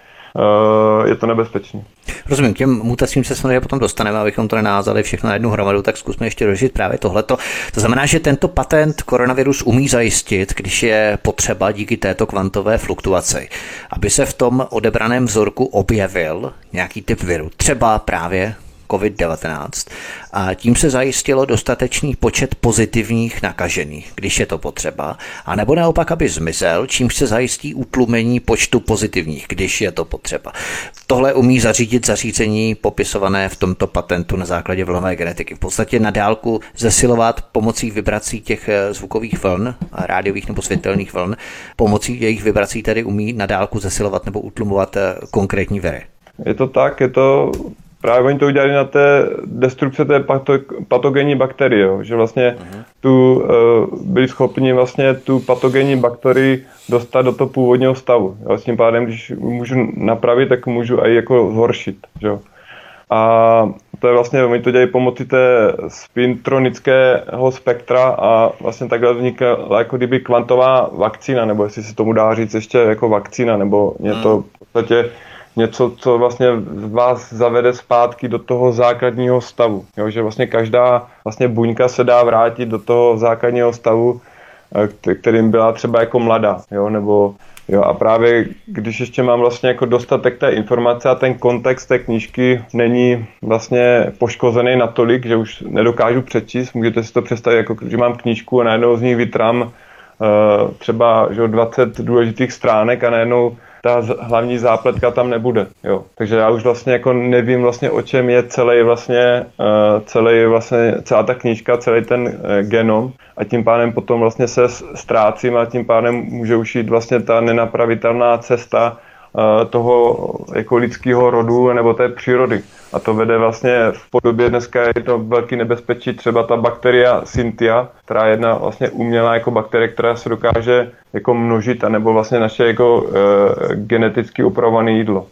je to nebezpečné.
Rozumím, těm mutacím se samozřejmě potom dostaneme, abychom to nenázali všechno na jednu hromadu, tak zkusme ještě dožít právě tohleto. To znamená, že tento patent koronavirus umí zajistit, když je potřeba díky této kvantové fluktuaci, aby se v tom odebraném vzorku objevil nějaký typ viru, třeba právě covid devatenáct. A tím se zajistilo dostatečný počet pozitivních nakažených, když je to potřeba, a nebo naopak, aby zmizel, čímž se zajistí utlumení počtu pozitivních, když je to potřeba. Tohle umí zařídit zařízení popisované v tomto patentu na základě vlnové genetiky. V podstatě na dálku zesilovat pomocí vibrací těch zvukových vln, rádiových nebo světelných vln, pomocí jejich vibrací tedy umí na dálku zesilovat nebo utlumovat konkrétní viry.
Je to tak, je to právě oni to udělali na té destrukce té patogenní bakterie, jo, že vlastně uh-huh. tu uh, byli schopni vlastně tu patogenní bakterii dostat do toho původního stavu. Jo. S tím pádem, když můžu napravit, tak můžu i jako zhoršit. Jo. A to je vlastně, oni to dělají pomocí té spintronického spektra a vlastně takhle vznikla jako kdyby kvantová vakcína, nebo jestli se tomu dá říct ještě jako vakcína, nebo něco uh-huh. v podstatě něco, co vlastně vás zavede zpátky do toho základního stavu. Jo, že vlastně každá vlastně buňka se dá vrátit do toho základního stavu, kterým byla třeba jako mladá. Jo, nebo, jo, a právě když ještě mám vlastně jako dostatek té informace a ten kontext té knížky není vlastně poškozený natolik, že už nedokážu přečíst, můžete si to představit, jako že mám knížku a najednou z ní vytrám uh, třeba že dvacet důležitých stránek a najednou ta hlavní zápletka tam nebude, jo. Takže já už vlastně jako nevím vlastně, o čem je celý vlastně, uh, celý vlastně, celá ta knížka, celý ten uh, genom a tím pádem potom vlastně se ztrácím a tím pádem může už jít vlastně ta nenapravitelná cesta uh, toho jako lidského rodu nebo té přírody. A to vede vlastně v podobě dneska je to velký nebezpečí, třeba ta bakteria Synthia, která je jedna vlastně umělá jako bakterie, která se dokáže jako množit, anebo vlastně naše jako e, geneticky upravované jídlo.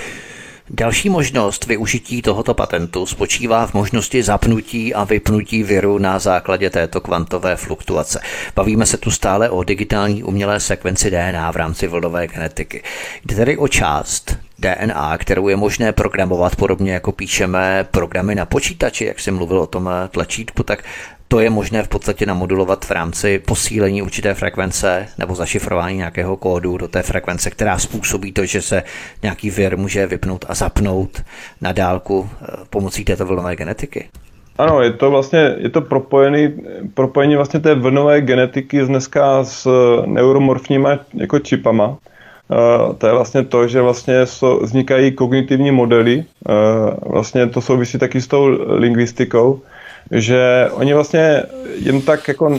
Další možnost využití tohoto patentu spočívá v možnosti zapnutí a vypnutí viru na základě této kvantové fluktuace. Bavíme se tu stále o digitální umělé sekvenci D N A v rámci vlnové genetiky. Jde tedy o část D N A, kterou je možné programovat podobně jako píšeme programy na počítači, jak jsem mluvil o tom tlačítku, tak to je možné v podstatě namodulovat v rámci posílení určité frekvence nebo zašifrování nějakého kódu do té frekvence, která způsobí to, že se nějaký vir může vypnout a zapnout na dálku pomocí této vlnové genetiky.
Ano, je to vlastně, je to propojený, propojení vlastně té vlnové genetiky dneska s neuromorfníma jako čipama. Uh, to je vlastně to, že vlastně so, vznikají kognitivní modely, uh, vlastně to souvisí taky s tou lingvistikou, že oni vlastně jen tak jako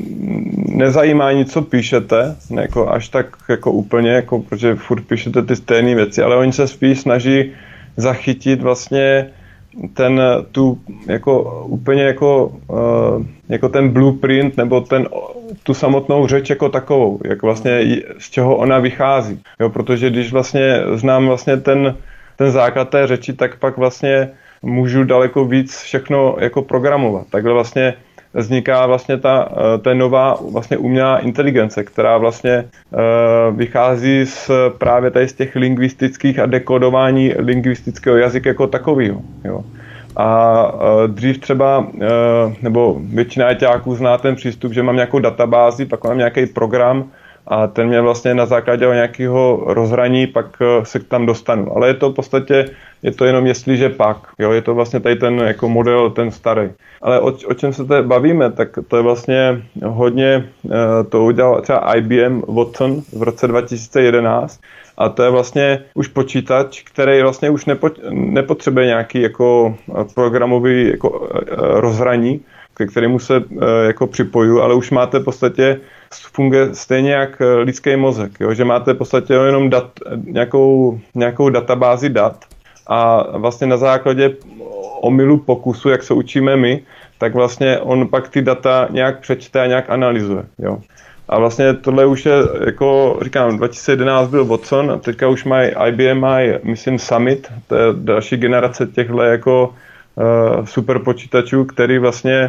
nezajímá nic, co píšete, ne jako až tak jako úplně, jako, protože furt píšete ty stejné věci, ale oni se spíš snaží zachytit vlastně ten, tu, jako úplně jako, uh, jako ten blueprint nebo ten, tu samotnou řeč jako takovou, jak vlastně z čeho ona vychází. Jo, protože když vlastně znám vlastně ten, ten základ té řeči, tak pak vlastně můžu daleko víc všechno jako programovat. Takhle vlastně vzniká vlastně ta, ta nová vlastně umělá inteligence, která vlastně uh, vychází z právě tady z těch lingvistických a dekodování lingvistického jazyka jako takového. Jo. A uh, dřív třeba, uh, nebo většina ajťáků zná ten přístup, že mám nějakou databázi, pak mám nějaký program a ten mě vlastně na základě nějakého rozhraní pak uh, se tam dostanu. Ale je to v podstatě, je to jenom jestliže pak. Jo, je to vlastně tady ten jako model, ten starý. Ale o, o čem se tady bavíme, tak to je vlastně hodně, uh, to udělal třeba I B M Watson v roce dva tisíce jedenáct. A to je vlastně už počítač, který vlastně už nepo, nepotřebuje nějaký jako programový jako rozhraní, ke kterému se jako připoju, ale už máte v podstatě, funguje stejně jak lidský mozek, jo? Že máte v podstatě jenom dat, nějakou, nějakou databázi dat a vlastně na základě omylu pokusu, jak se učíme my, tak vlastně on pak ty data nějak přečte a nějak analyzuje. Jo? A vlastně tohle už je, jako říkám, dva tisíce jedenáct byl Watson a teďka už mají I B M, mají, myslím, Summit, to je další generace těchto jako uh, super počítačů, který vlastně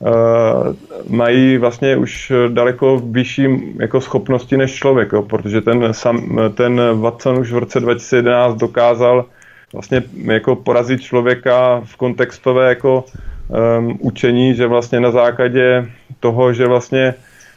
uh, mají vlastně už daleko vyšší jako schopnosti než člověk, jo, protože ten, sam, ten Watson už v roce dva tisíce jedenáct dokázal vlastně jako porazit člověka v kontextové jako um, učení, že vlastně na základě toho, že vlastně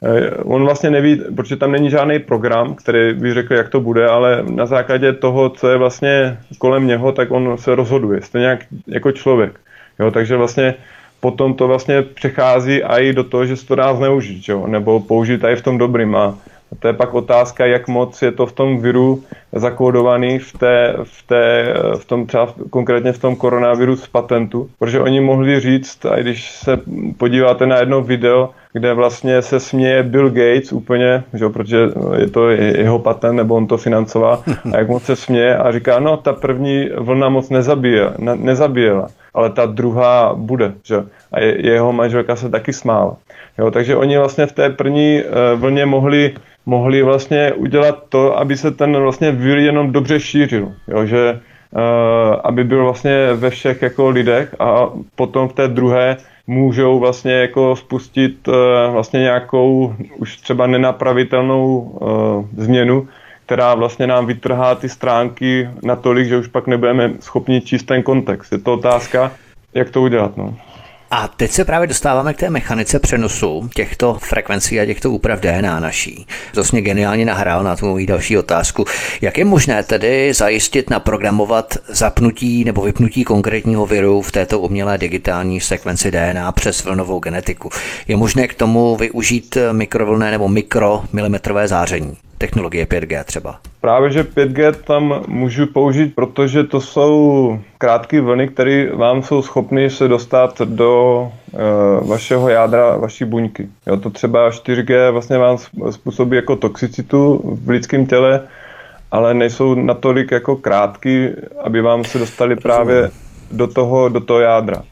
on vlastně neví, protože tam není žádný program, který by řekl, jak to bude, ale na základě toho, co je vlastně kolem něho, tak on se rozhoduje. Stejně jak, jako člověk. Jo, takže vlastně potom to vlastně přechází i do toho, že se to dá zneužít, jo, nebo použít i v tom dobrým. A to je pak otázka, jak moc je to v tom viru zakódovaný v, té, v, té, v tom třeba konkrétně v tom koronaviru z patentu, protože oni mohli říct, a když se podíváte na jedno video, kde vlastně se směje Bill Gates úplně, že, protože je to jeho patent, nebo on to financoval, a jak moc se směje a říká, no ta první vlna moc nezabíjela, ne, nezabíjela ale ta druhá bude, že? A je, jeho manželka se taky smála. Jo, takže oni vlastně v té první uh, vlně mohli mohli vlastně udělat to, aby se ten vlastně vir jenom dobře šířil, jo, že uh, aby byl vlastně ve všech jako lidech a potom v té druhé můžou vlastně jako spustit uh, vlastně nějakou už třeba nenapravitelnou uh, změnu, která vlastně nám vytrhá ty stránky natolik, že už pak nebudeme schopni číst ten kontext. Je to otázka, jak to udělat, no.
A teď se právě dostáváme k té mechanice přenosu těchto frekvencí a těchto úprav D N A naší. To jsi mě geniálně nahrál na tu moji další otázku. Jak je možné tedy zajistit, naprogramovat zapnutí nebo vypnutí konkrétního viru v této umělé digitální sekvenci D N A přes vlnovou genetiku? Je možné k tomu využít mikrovlnné nebo mikromilimetrové záření? Technologie pět G třeba.
Právě, že pět G tam můžu použít, protože to jsou krátké vlny, které vám jsou schopny se dostat do e, vašeho jádra, vaší buňky. Jo, to třeba čtyři G vlastně vám způsobí jako toxicitu v lidském těle, ale nejsou natolik jako krátký, aby vám se dostali právě do toho, do toho jádra.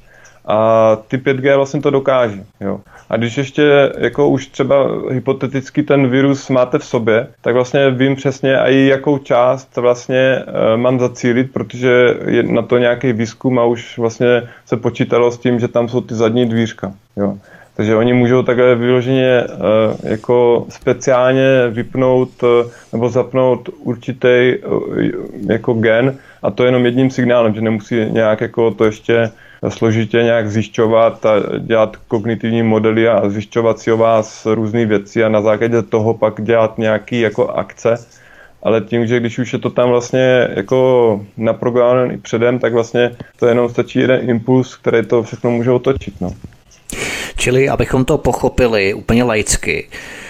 A ty pět G vlastně to dokáže. Jo. A když ještě jako už třeba hypoteticky ten virus máte v sobě, tak vlastně vím přesně i jakou část vlastně e, mám zacílit, protože je na to nějaký výzkum a už vlastně se počítalo s tím, že tam jsou ty zadní dvířka. Jo. Takže oni můžou takhle vyloženě e, jako speciálně vypnout e, nebo zapnout určitý e, jako gen a to jenom jedním signálem, že nemusí nějak jako to ještě složitě nějak zjišťovat a dělat kognitivní modely a zjišťovat si o vás různé věci a na základě toho pak dělat nějaký jako akce. Ale tím, že když už je to tam vlastně jako naprogramovaný předem, tak vlastně to jenom stačí jeden impuls, který to všechno může otočit. No.
Čili, abychom to pochopili úplně laicky,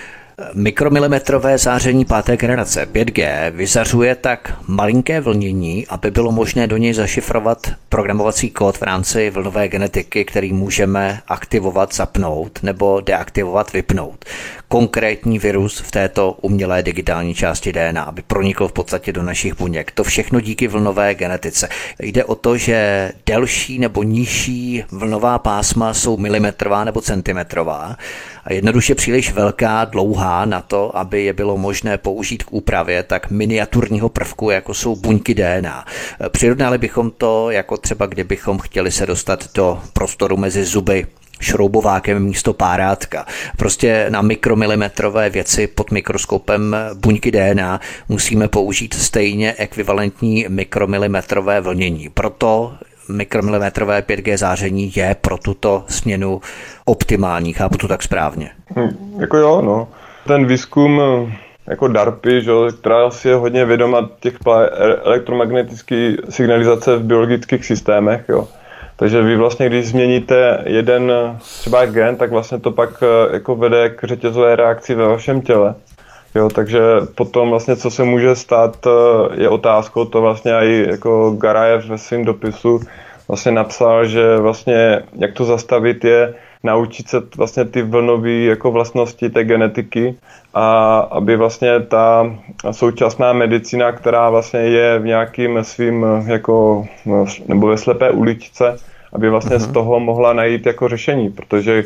mikromilimetrové záření páté generace pět G vyzařuje tak malinké vlnění, aby bylo možné do něj zašifrovat programovací kód v rámci vlnové genetiky, který můžeme aktivovat, zapnout nebo deaktivovat, vypnout. Konkrétní virus v této umělé digitální části D N A, aby pronikl v podstatě do našich buněk. To všechno díky vlnové genetice. Jde o to, že delší nebo nižší vlnová pásma jsou milimetrová nebo centimetrová a jednoduše příliš velká, dlouhá na to, aby je bylo možné použít k úpravě tak miniaturního prvku, jako jsou buňky D N A. Přirovnali bychom to jako třeba, kdybychom chtěli se dostat do prostoru mezi zuby šroubovákem místo párátka. Prostě na mikromilimetrové věci pod mikroskopem buňky D N A musíme použít stejně ekvivalentní mikromilimetrové vlnění. Proto mikromilimetrové pět G záření je pro tuto směnu optimální. Chápu to tak správně?
Hmm, jako jo, no. Ten výzkum jako DARPy, že, která si je hodně vědoma těch elektromagnetické signalizace v biologických systémech, jo. Takže vy vlastně, když změníte jeden třeba gen, tak vlastně to pak jako vede k řetězové reakci ve vašem těle. Jo, takže potom vlastně, co se může stát, je otázkou, to vlastně i jako Garajev ve svém dopisu vlastně napsal, že vlastně jak to zastavit je naučit se vlastně ty vlnové jako vlastnosti té genetiky a aby vlastně ta současná medicína, která vlastně je v nějakým svým jako nebo ve slepé uličce, aby vlastně uh-huh. z toho mohla najít jako řešení, protože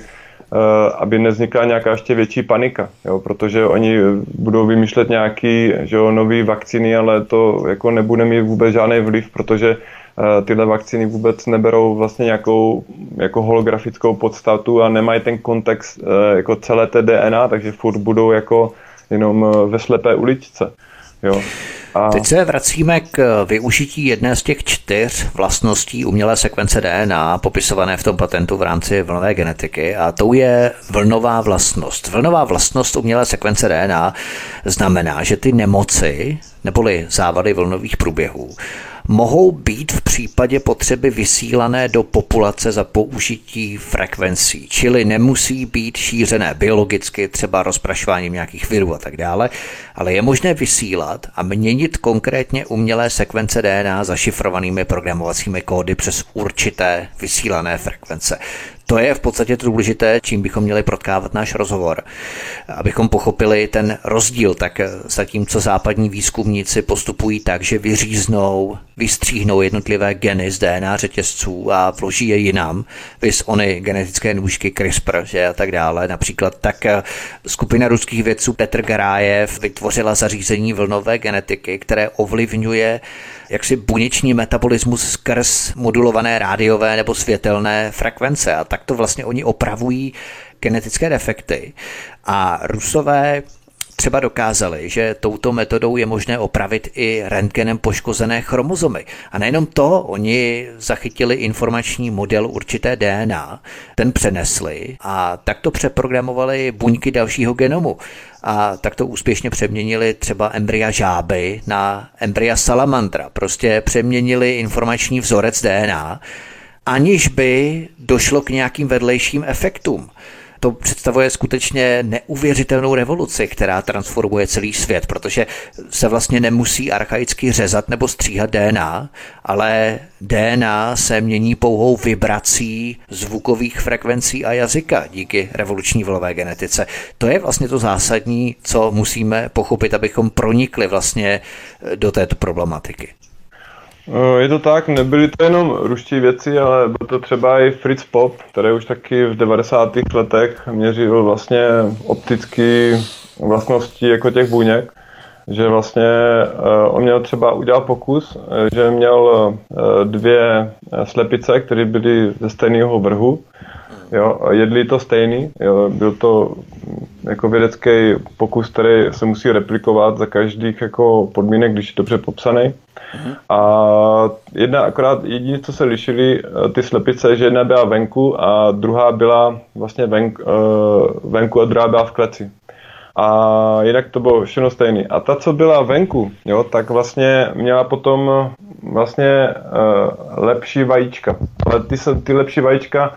aby nevznikla nějaká ještě větší panika, jo, protože oni budou vymýšlet nějaký, že jo, nový vakcíny, ale to jako nebude mít vůbec žádný vliv, protože tyhle vakcíny vůbec neberou vlastně nějakou jako holografickou podstatu a nemají ten kontext jako celé té D N A, takže furt budou jako jenom ve slepé uličce. Jo.
A... Teď se vracíme k využití jedné z těch čtyř vlastností umělé sekvence D N A popisované v tom patentu v rámci vlnové genetiky a tou je vlnová vlastnost. Vlnová vlastnost umělé sekvence D N A znamená, že ty nemoci neboli závady vlnových průběhů mohou být v případě potřeby vysílané do populace za použití frekvencí, čili nemusí být šířené biologicky, třeba rozprašováním nějakých virů a tak dále, ale je možné vysílat a měnit konkrétně umělé sekvence D N A zašifrovanými programovacími kódy přes určité vysílané frekvence. To je v podstatě to důležité, čím bychom měli protkávat náš rozhovor. Abychom pochopili ten rozdíl, tak zatímco západní výzkumníci postupují tak, že vyříznou, vystříhnou jednotlivé geny z D N A řetězců a vloží je jinam, vys ony genetické nůžky CRISPR, že a tak dále. Například tak skupina ruských vědců Petr Garájev vytvořila zařízení vlnové genetiky, které ovlivňuje jaksi buněční metabolismus skrz modulované rádiové nebo světelné frekvence. A tak to vlastně oni opravují genetické defekty. A Rusové třeba dokázali, že touto metodou je možné opravit i rentgenem poškozené chromozomy. A nejenom to, oni zachytili informační model určité D N A, ten přenesli a takto přeprogramovali buňky dalšího genomu. A takto úspěšně přeměnili třeba embrya žáby na embrya salamandra. Prostě přeměnili informační vzorec D N A, aniž by došlo k nějakým vedlejším efektům. To představuje skutečně neuvěřitelnou revoluci, která transformuje celý svět, protože se vlastně nemusí archaicky řezat nebo stříhat D N A, ale D N A se mění pouhou vibrací zvukových frekvencí a jazyka díky revoluční vlnové genetice. To je vlastně to zásadní, co musíme pochopit, abychom pronikli vlastně do této problematiky.
Je to tak, nebyly to jenom ruští věci, ale byl to třeba i Fritz Pop, který už taky v devadesátých letech měřil vlastně optické vlastnosti jako těch buněk, že vlastně on měl třeba udělat pokus, že měl dvě slepice, které byly ze stejného vrhu, jo, jedli to stejný, jo, byl to jako vědecký pokus, který se musí replikovat za každých jako podmínek, když je dobře popsaný. A jedna akorát jediné, co se lišily ty slepice, že jedna byla venku a druhá byla vlastně venku, venku a druhá byla v kleci. A jinak to bylo všechno stejný. A ta, co byla venku, jo, tak vlastně měla potom vlastně uh, lepší vajíčka. Ale ty, ty lepší vajíčka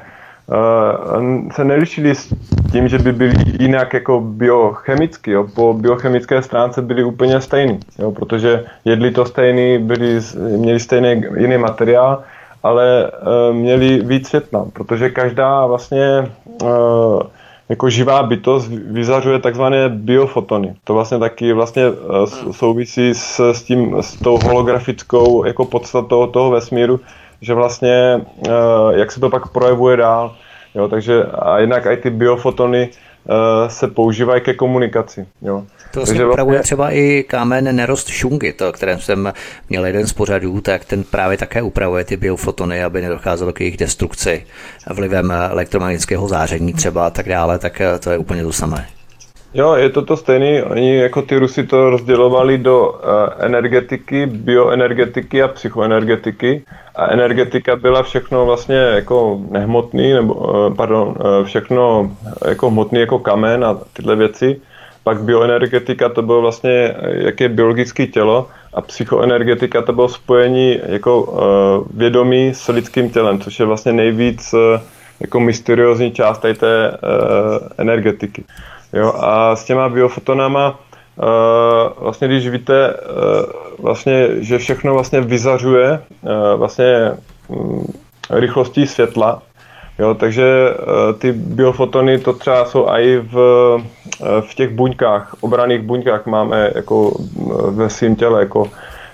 uh, se nelišily s tím, že by byly jinak jako biochemicky. Jo. Po biochemické stránce byly úplně stejný, jo, protože jedli to stejný, byli, měli stejný jiný materiál, ale uh, měli víc světla, protože každá vlastně uh, jako živá bytost vyzařuje takzvané biofotony. To vlastně taky vlastně souvisí s, s tím, s tou holografickou jako podstatou toho vesmíru, že vlastně jak se to pak projevuje dál. Jo, takže a jinak i ty biofotony se používají ke komunikaci. Jo.
To vlastně upravuje třeba i kámen nerost šungy, to, kterém jsem měl jeden z pořadů, tak ten právě také upravuje ty biofotony, aby nedocházelo k jejich destrukci vlivem elektromagnetického záření třeba a tak dále, tak to je úplně to samé.
Jo, je to to stejný. Oni jako ty Rusy to rozdělovali do uh, energetiky, bioenergetiky a psychoenergetiky. A energetika byla všechno vlastně jako nehmotný, nebo uh, pardon, uh, všechno jako hmotný jako kamen a tyhle věci. Pak bioenergetika to bylo vlastně jaké biologické tělo a psychoenergetika to bylo spojení jako uh, vědomí s lidským tělem, což je vlastně nejvíc uh, jako mysteriózní část tady té uh, energetiky. Jo, a s těma biofotonama uh, vlastně když víte uh, vlastně, že všechno vlastně vyzařuje uh, vlastně um, rychlostí světla, jo, takže uh, ty biofotony to třeba jsou i v, uh, v těch buňkách, obranných buňkách máme jako uh, ve svém těle, jako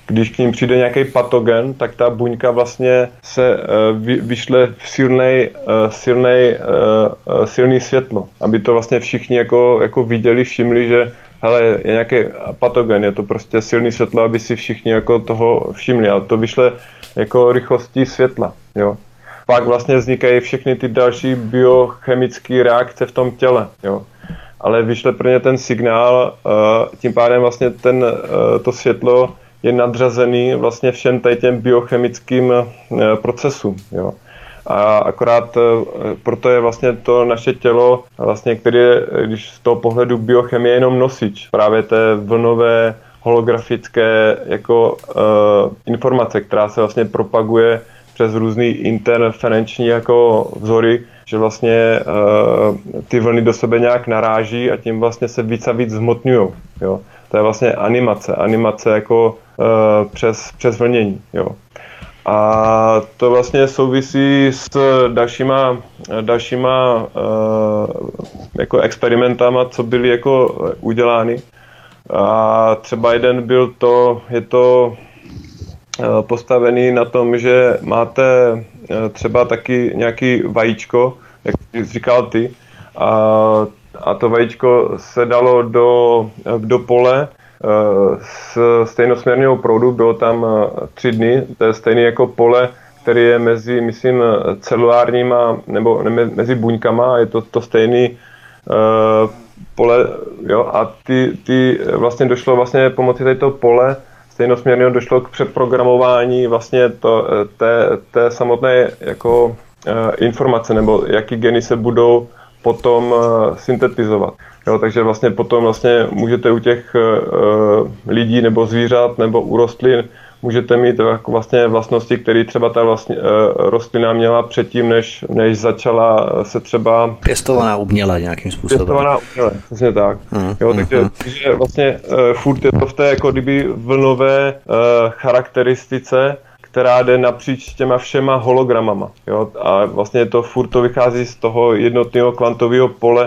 když k ním přijde nějaký patogen, tak ta buňka vlastně se vy, vyšle v silnej, silnej, silný světlo, aby to vlastně všichni jako, jako viděli, všimli, že hele, je nějaký patogen, je to prostě silný světlo, aby si všichni jako toho všimli, ale to vyšle jako rychlostí světla, jo. Pak vlastně vznikají všechny ty další biochemické reakce v tom těle, jo. Ale vyšle pro ně ten signál, tím pádem vlastně ten, to světlo je nadřazený vlastně všem tady těm biochemickým procesům, jo. A akorát proto je vlastně to naše tělo, vlastně, které je, když z toho pohledu biochemie, jenom nosič právě té vlnové holografické jako uh, informace, která se vlastně propaguje přes různý interferenční jako vzory, že vlastně uh, ty vlny do sebe nějak naráží a tím vlastně se víc a víc zhmotňujou, jo. To je vlastně animace, animace jako uh, přes, přes vlnění, jo. A to vlastně souvisí s dalšíma, dalšíma uh, jako experimentama, co byly jako udělány. A třeba jeden byl to, je to uh, postavený na tom, že máte uh, třeba taky nějaký vajíčko, jak jsi říkal ty, a, a to vajíčko se dalo do, do pole s stejnosměrného proudu, bylo tam tři dny, to je stejný jako pole, který je mezi, myslím, celulárníma, nebo ne, mezi buňkama, je to to stejný uh, pole, jo, a ty, ty vlastně došlo vlastně pomocí této pole stejnosměrného došlo k přeprogramování vlastně to, té, té samotné jako uh, informace, nebo jaký geny se budou potom uh, syntetizovat. Jo, takže vlastně potom vlastně můžete u těch uh, lidí nebo zvířat nebo u rostlin můžete mít jako vlastně vlastnosti, které třeba ta vlastně, uh, rostlina měla předtím, než, než začala se třeba...
Pěstovaná uměle nějakým způsobem.
Pěstovaná uměle, přesně tak. Mm, jo, takže, mm. takže vlastně uh, furt je to v té jako kdyby vlnové uh, charakteristice, která jde napříč těma všema hologramama. Jo? A vlastně to furt to vychází z toho jednotného kvantového pole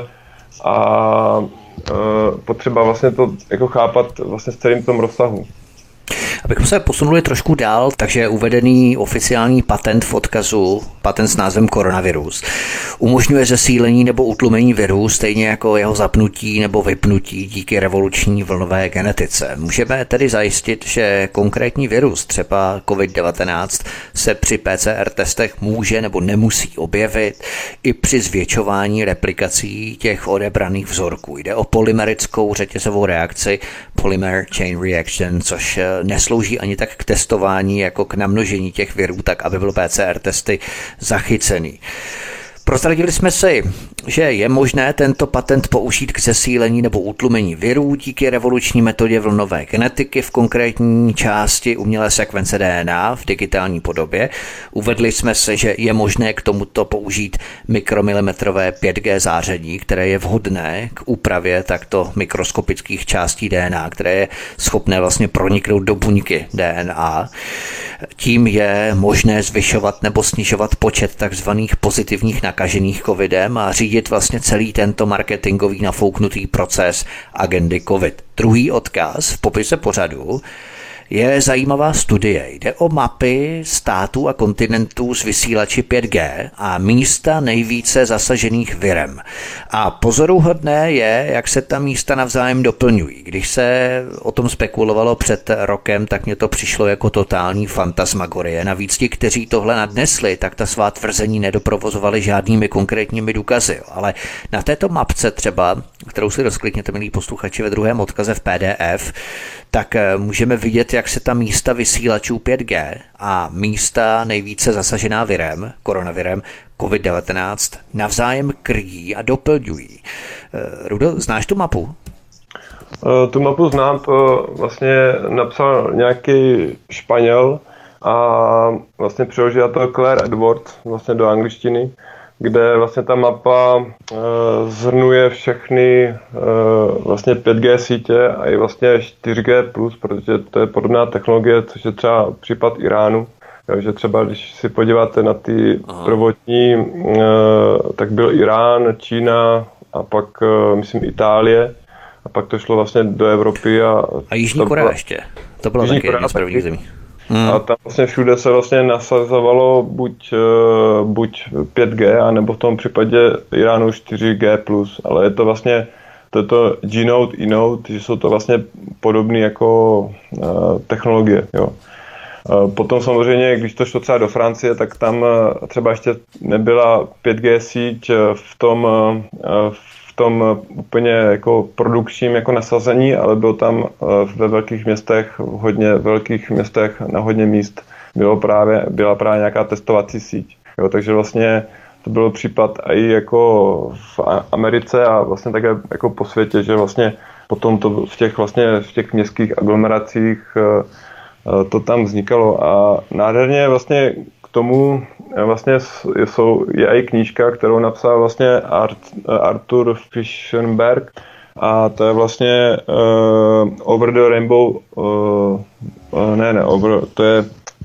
a e, potřeba vlastně to jako chápat vlastně v celém tom rozsahu.
Abychom se posunuli trošku dál, takže je uvedený oficiální patent v odkazu, patent s názvem koronavirus, umožňuje zesílení nebo utlumení viru, stejně jako jeho zapnutí nebo vypnutí díky revoluční vlnové genetice. Můžeme tedy zajistit, že konkrétní virus, třeba covid devatenáct, se při P C R testech může nebo nemusí objevit i při zvětšování replikací těch odebraných vzorků. Jde o polymerickou řetězovou reakci, polymer chain reaction, což neslouží ani tak k testování, jako k namnožení těch virů, tak aby byl P C R testy zachycený. Prozradili jsme si, že je možné tento patent použít k zesílení nebo utlumení virů díky revoluční metodě vlnové genetiky v konkrétní části umělé sekvence D N A v digitální podobě. Uvedli jsme si, že je možné k tomuto použít mikromilimetrové pět G záření, které je vhodné k úpravě takto mikroskopických částí D N A, které je schopné vlastně proniknout do buňky D N A. Tím je možné zvyšovat nebo snižovat počet takzvaných pozitivních nakažených covidem a řídit vlastně celý tento marketingový nafouknutý proces agendy COVID. Druhý odkaz v popise pořadu je zajímavá studie. Jde o mapy států a kontinentů s vysílači pět G a místa nejvíce zasažených virem. A pozoruhodné je, jak se ta místa navzájem doplňují. Když se o tom spekulovalo před rokem, tak mně to přišlo jako totální fantasmagorie. Navíc ti, kteří tohle nadnesli, tak ta svá tvrzení nedoprovozovali žádnými konkrétními důkazy. Ale na této mapce třeba, kterou si rozklikněte, milí posluchači, ve druhém odkaze v P D F, tak můžeme vidět, jak se ta místa vysílačů pět G a místa nejvíce zasažená virem, koronavirem, covid devatenáct, navzájem kryjí a doplňují. Rudo, znáš tu mapu?
Tu mapu znám, to vlastně napsal nějaký Španěl a vlastně přeložila to Claire Edwards vlastně do angličtiny, kde vlastně ta mapa e, zhrnuje všechny e, vlastně pět G sítě a i vlastně čtyři G plus, protože to je podobná technologie, což je třeba případ Iránu. Takže třeba když si podíváte na ty Aha. prvotní, e, tak byl Irán, Čína a pak e, myslím Itálie. a pak to šlo vlastně do Evropy. A,
a Jižní Korea byla, ještě, to bylo taky jedna z prvních zemí.
Hmm. A tam vlastně všude se vlastně nasazovalo buď, buď pět G, anebo v tom případě Iránu čtyři G plus, ale je to vlastně toto G-Node, E-Node, že jsou to vlastně podobné jako uh, technologie. Jo. Uh, potom samozřejmě, když to šlo třeba do Francie, tak tam uh, třeba ještě nebyla pět G síť v tom, uh, v tom úplně jako produkčním jako nasazení, ale bylo tam uh, ve velkých městech, v hodně velkých městech, na hodně míst bylo právě, byla právě nějaká testovací síť. Jo, takže vlastně to byl případ i jako v Americe a vlastně také jako po světě, že vlastně potom to v těch vlastně v těch městských aglomeracích to tam vznikalo a nádherně vlastně k tomu vlastně jsou, je i knížka, kterou napsal vlastně Art, Arthur Fischenberg a to je vlastně uh, Over the Rainbow, uh, ne, ne, over, to je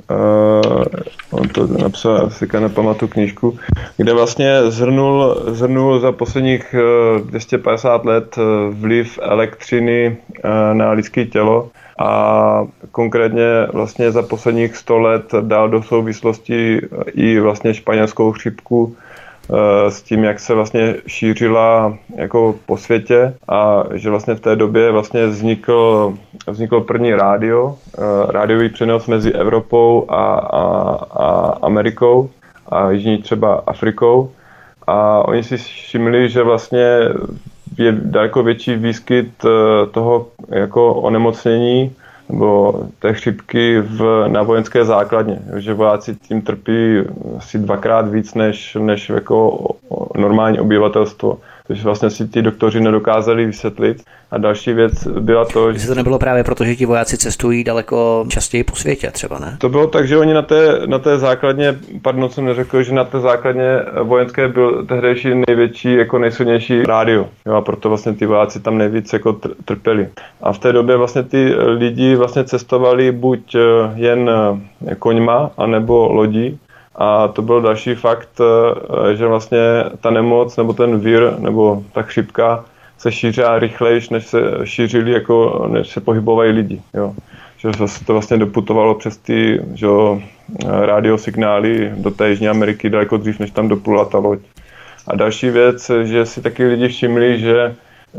Uh, on to napsal, asi nepamatuju knížku, kde vlastně zhrnul, zhrnul za posledních uh, dvě stě padesát let uh, vliv elektřiny uh, na lidské tělo a konkrétně vlastně za posledních sto let dal do souvislosti i vlastně španělskou chřipku s tím, jak se vlastně šířila jako po světě a že vlastně v té době vlastně vznikl, vznikl první rádio, rádiový přenos mezi Evropou a, a, a Amerikou a jižní třeba Afrikou a oni si všimli, že vlastně je daleko větší výskyt toho jako onemocnění nebo té chřipky v, na vojenské základně, že vojáci tím trpí asi dvakrát víc než, než jako normální obyvatelstvo. Takže vlastně si ti doktoři nedokázali vysvětlit. A další věc byla to,
že to nebylo právě proto, že ti vojáci cestují daleko častěji po světě třeba, ne?
To bylo tak, že oni na té, na té základně, pardon, jsem neřekl, že na té základně vojenské byl tehdejší největší, jako nejsilnější rádio. Jo, a proto vlastně ty vojáci tam nejvíc jako trpěli. A v té době vlastně ty lidi vlastně cestovali buď jen koňma, anebo lodí. A to byl další fakt, že vlastně ta nemoc, nebo ten vir, nebo ta chřipka se šířila rychlejš, než se šířili, jako, než se pohybovali lidi. Jo. Že se to vlastně doputovalo přes ty že, radiosignály do té Jižní Ameriky daleko dřív, než tam doplula ta loď. A další věc, že si taky lidi všimli, že,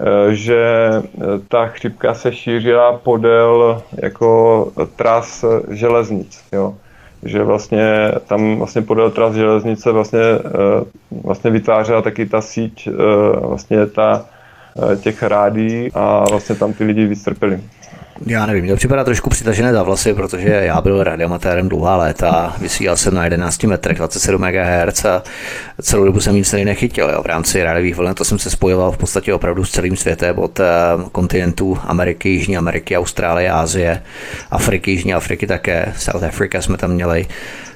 že ta chřipka se šířila podél jako tras železnic. Jo. Že vlastně tam vlastně podél tras železnice vlastně, vlastně vytvářela taky ta síť vlastně ta, těch rádií a vlastně tam ty lidi víc trpěli.
Já nevím, to připadá trošku přitažené za vlasy, protože já byl radioamatérem dlouhá léta, vysílal jsem na jedenácti metrech dvacet sedm megahertzů a celou dobu jsem nic tady nechytil. Jo. V rámci rádiových vln to jsem se spojoval v podstatě opravdu s celým světem od kontinentů Ameriky, Jižní Ameriky, Austrálie, Asie, Afriky, Jižní Afriky také, South Africa jsme tam měli.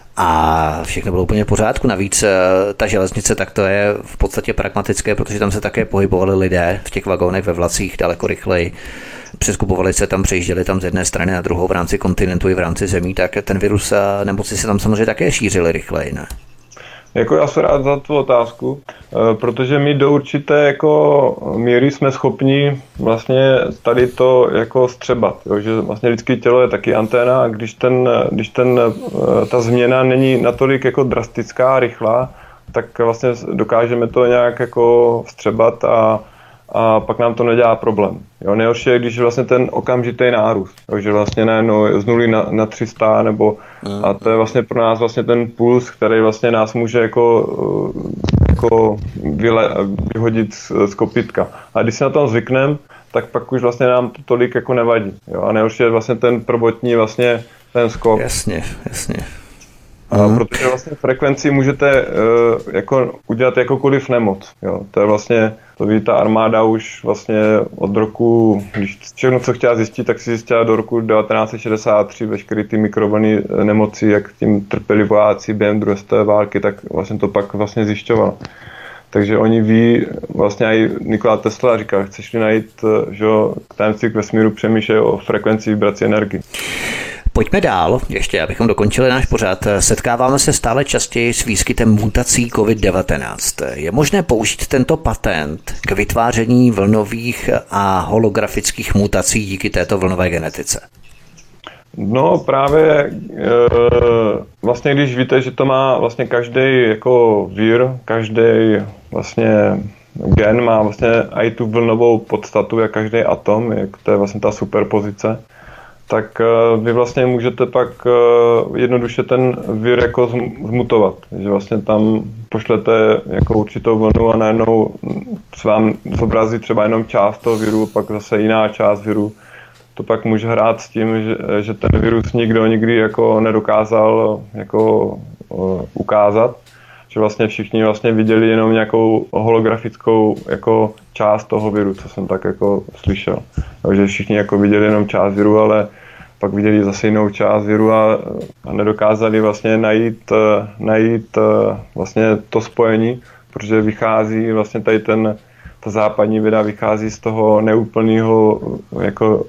A všechno bylo úplně v pořádku. Navíc ta železnice, tak to je v podstatě pragmatické, protože tam se také pohybovali lidé v těch vagónech ve vlacích daleko rychleji. Přeskupovali se tam, přejížděli tam z jedné strany na druhou v rámci kontinentu i v rámci zemí, tak ten virus a nemoci se tam samozřejmě také šířily rychleji, ne?
Jako já jsem rád za tu otázku, protože my do určité jako míry jsme schopni vlastně tady to jako střebat, jo? Že vlastně lidské tělo je taky anténa a když, ten, když ten, ta změna není natolik jako drastická, rychlá, tak vlastně dokážeme to nějak jako střebat a a pak nám to nedělá problém. Jo, nejhorší je, když vlastně ten okamžitý nárůst, takže vlastně ne, no, z nuly na, na tři sta, nebo mm. a to je vlastně pro nás vlastně ten puls, který vlastně nás může jako, jako vyle, vyhodit z, z kopytka. A když si na tom zvykneme, tak pak už vlastně nám to tolik jako nevadí. Jo, a nejhorší je vlastně ten prvotní vlastně ten skok.
Jasně, jasně.
Uh, protože vlastně frekvenci můžete uh, jako udělat jakoukoliv nemoc. Jo. To je vlastně, to ví ta armáda už vlastně od roku, když všechno, co chtěla zjistit, tak si zjistila do roku devatenáct set šedesát tři veškeré ty mikrovlnné nemoci, jak tím trpěli vojáci během druhé světové války, tak vlastně to pak vlastně zjišťoval. Takže oni ví, vlastně i Nikola Tesla říká, chceš-li najít, že tajemství k vesmíru, přemýšlej o frekvenci vibrací energie.
Pojďme dál, ještě abychom dokončili náš pořad. Setkáváme se stále častěji s výskytem mutací covid devatenáct. Je možné použít tento patent k vytváření vlnových a holografických mutací díky této vlnové genetice?
No právě e, vlastně když víte, že to má vlastně každý jako vír, každý vlastně gen má vlastně i tu vlnovou podstatu, jak každý atom, jak to je vlastně ta superpozice, tak vy vlastně můžete pak jednoduše ten vir jako zmutovat. Že vlastně tam pošlete jako určitou vlnu a najednou se vám zobrazí třeba jenom část toho viru, pak zase jiná část viru. To pak může hrát s tím, že, že ten virus nikdo nikdy jako nedokázal jako ukázat. Že vlastně všichni vlastně viděli jenom nějakou holografickou jako část toho viru, co jsem tak jako slyšel. Takže všichni jako viděli jenom část viru, ale pak viděli zase jinou část viru a, a nedokázali vlastně najít, najít vlastně to spojení, protože vychází vlastně tady ten, ta západní věda vychází z toho neúplného jako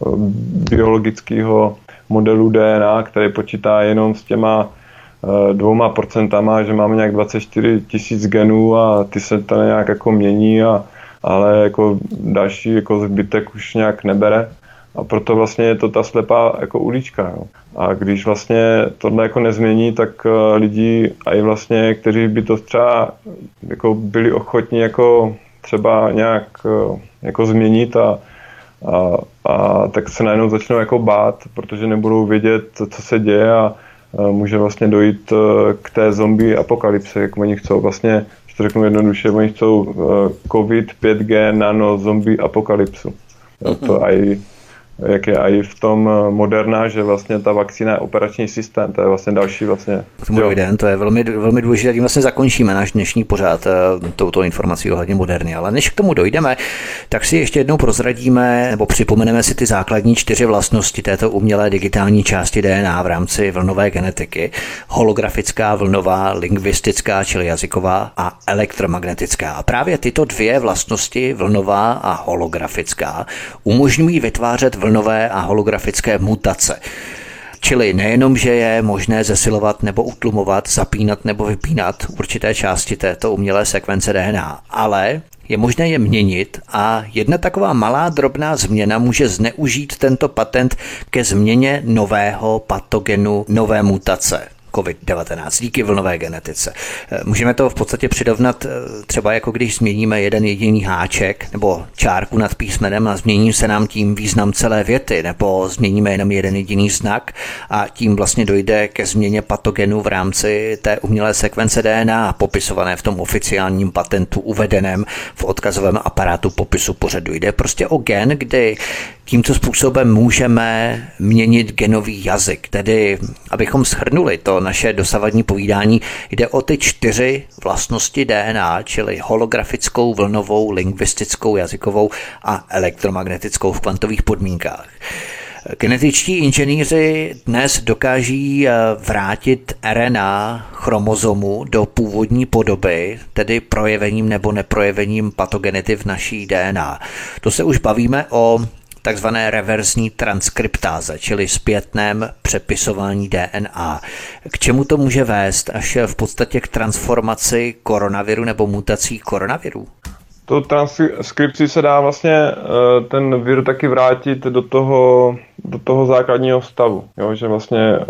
biologického modelu D N A, který počítá jenom s těma dvouma procentama, že máme nějak dvacet čtyři tisíc genů a ty se to nějak jako mění, a, ale jako další jako zbytek už nějak nebere. A proto vlastně je to ta slepá jako ulička. Jo. A když vlastně tohle jako nezmění, tak lidi, a i vlastně, kteří by to třeba jako byli ochotní jako třeba nějak jako změnit a, a, a tak se najednou začnou jako bát, protože nebudou vědět, co se děje, a může vlastně dojít k té zombie apokalypse, jak oni chcou. Vlastně, když to řeknu jednoduše, oni chcou covid, pět G, nano, zombie apokalypsu. To aj, jak je i v tom Moderna, že vlastně ta vakcína je operační systém, to je vlastně další vlastně.
Den, to je velmi, velmi důležité, tím vlastně zakončíme náš dnešní pořád touto informací ohledně Moderny. Ale než k tomu dojdeme, tak si ještě jednou prozradíme nebo připomeneme si ty základní čtyři vlastnosti této umělé digitální části D N A v rámci vlnové genetiky. Holografická, vlnová, lingvistická, čili jazyková, a elektromagnetická. A právě tyto dvě vlastnosti, vlnová a holografická, umožňují vytvářet vlnové a holografické mutace. Čili nejenom, že je možné zesilovat nebo utlumovat, zapínat nebo vypínat určité části této umělé sekvence D N A, ale je možné je měnit, a jedna taková malá drobná změna může zneužít tento patent ke změně nového patogenu, nové mutace covid devatenáct díky vlnové genetice. Můžeme to v podstatě přirovnat třeba jako když změníme jeden jediný háček nebo čárku nad písmenem a změní se nám tím význam celé věty, nebo změníme jenom jeden jediný znak a tím vlastně dojde ke změně patogenu v rámci té umělé sekvence D N A popisované v tom oficiálním patentu uvedeném v odkazovém aparátu popisu pořadu. Jde prostě o gen, kdy tímto způsobem můžeme měnit genový jazyk. Tedy, abychom shrnuli to naše dosavadní povídání, jde o ty čtyři vlastnosti D N A, čili holografickou, vlnovou, lingvistickou, jazykovou a elektromagnetickou v kvantových podmínkách. Genetičtí inženýři dnes dokáží vrátit R N A chromozomu do původní podoby, tedy projevením nebo neprojevením patogenity v naší D N A. To se už bavíme o takzvané reverzní transkriptáze, čili zpětném přepisování D N A. K čemu to může vést? Až v podstatě k transformaci koronaviru nebo mutací koronaviru?
To transkripci se dá vlastně ten vir taky vrátit do toho, do toho základního stavu. Jo? Že vlastně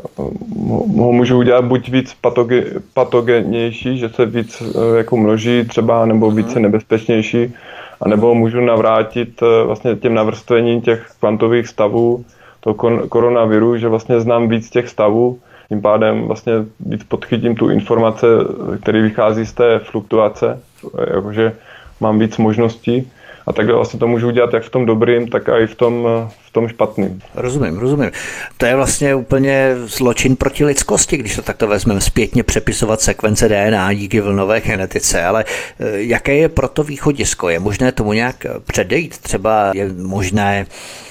ho můžu udělat buď víc patoge, patogenější, že se víc jako množí třeba, nebo více nebezpečnější, a nebo můžu navrátit vlastně těm navrstvením těch kvantových stavů toho koronaviru, že vlastně znám víc těch stavů, tím pádem vlastně víc podchytím tu informace, který vychází z té fluktuace, jakože mám víc možností, a takhle vlastně to můžu udělat jak v tom dobrým, tak i v tom, v tom špatným.
Rozumím, rozumím. To je vlastně úplně zločin proti lidskosti, když to takto vezmeme, zpětně přepisovat sekvence D N A díky vlnové genetice, ale jaké je proto východisko? Je možné tomu nějak předejít? Třeba je možné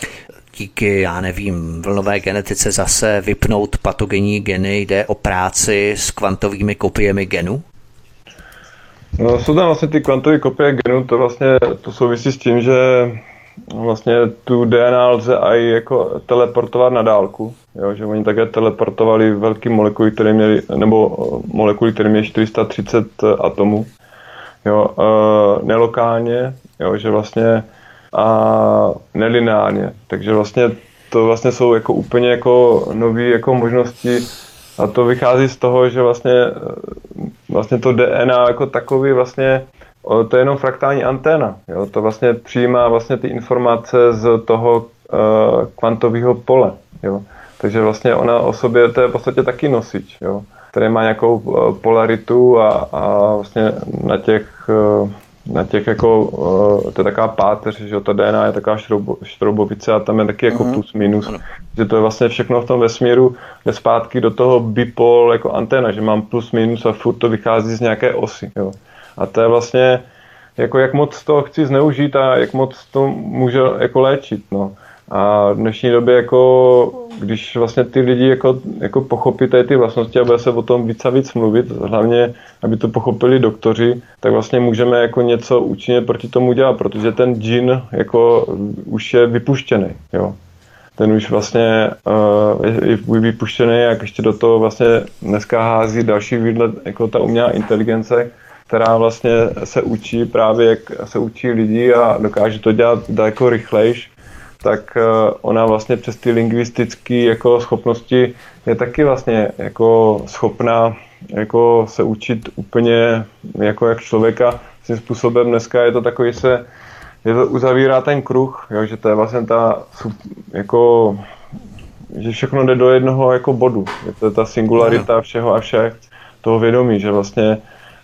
díky, já nevím, vlnové genetice zase vypnout patogenní geny, jde o práci s kvantovými kopiemi genů?
No, jsou tam vlastně ty kvantové kopie genů, to vlastně to souvisí s tím, že vlastně tu D N A lze i jako teleportovat na dálku, jo, že oni také teleportovali velké molekuly, které měly, nebo molekuly, které měly čtyři sta třicet atomů, jo, uh, nelokálně, jo, že vlastně a nelineárně, takže vlastně to vlastně jsou jako úplně jako nové jako možnosti a to vychází z toho, že vlastně, vlastně to D N A jako takový vlastně to je jenom fraktální anténa, jo, to vlastně přijímá vlastně ty informace z toho uh, kvantového pole, jo, takže vlastně ona o sobě to je v podstatě taky nosič, jo, který má nějakou uh, polaritu a, a vlastně na těch uh, na těch jako, uh, to je taková páteř, že to D N A je taková šroubo, šroubovice a tam je taky jako plus minus, uh-huh. že to je vlastně všechno v tom vesmíru, jde zpátky do toho bipol jako anténa, že mám plus minus a furt to vychází z nějaké osy, jo. A to je vlastně, jako jak moc to chci zneužít a jak moc to může jako léčit, no. A v dnešní době jako, když vlastně ty lidi jako, jako pochopí tady ty vlastnosti a bude se o tom víc a víc mluvit, hlavně, aby to pochopili doktoři, tak vlastně můžeme jako něco účinně proti tomu dělat, protože ten džin jako už je vypuštěný, jo. Ten už vlastně uh, je, je vypuštěný a ještě do toho vlastně dneska hází další výhled, jako ta umělá inteligence, která vlastně se učí právě, jak se učí lidi a dokáže to dělat daleko rychlejš, tak ona vlastně přes ty lingvistické jako schopnosti je taky vlastně jako schopná jako se učit úplně jako jak člověka. Tím způsobem dneska je to takový se, je to uzavírá ten kruh, jo, že to je vlastně ta jako, že všechno jde do jednoho jako bodu. Je to ta singularita všeho a všech toho vědomí, že vlastně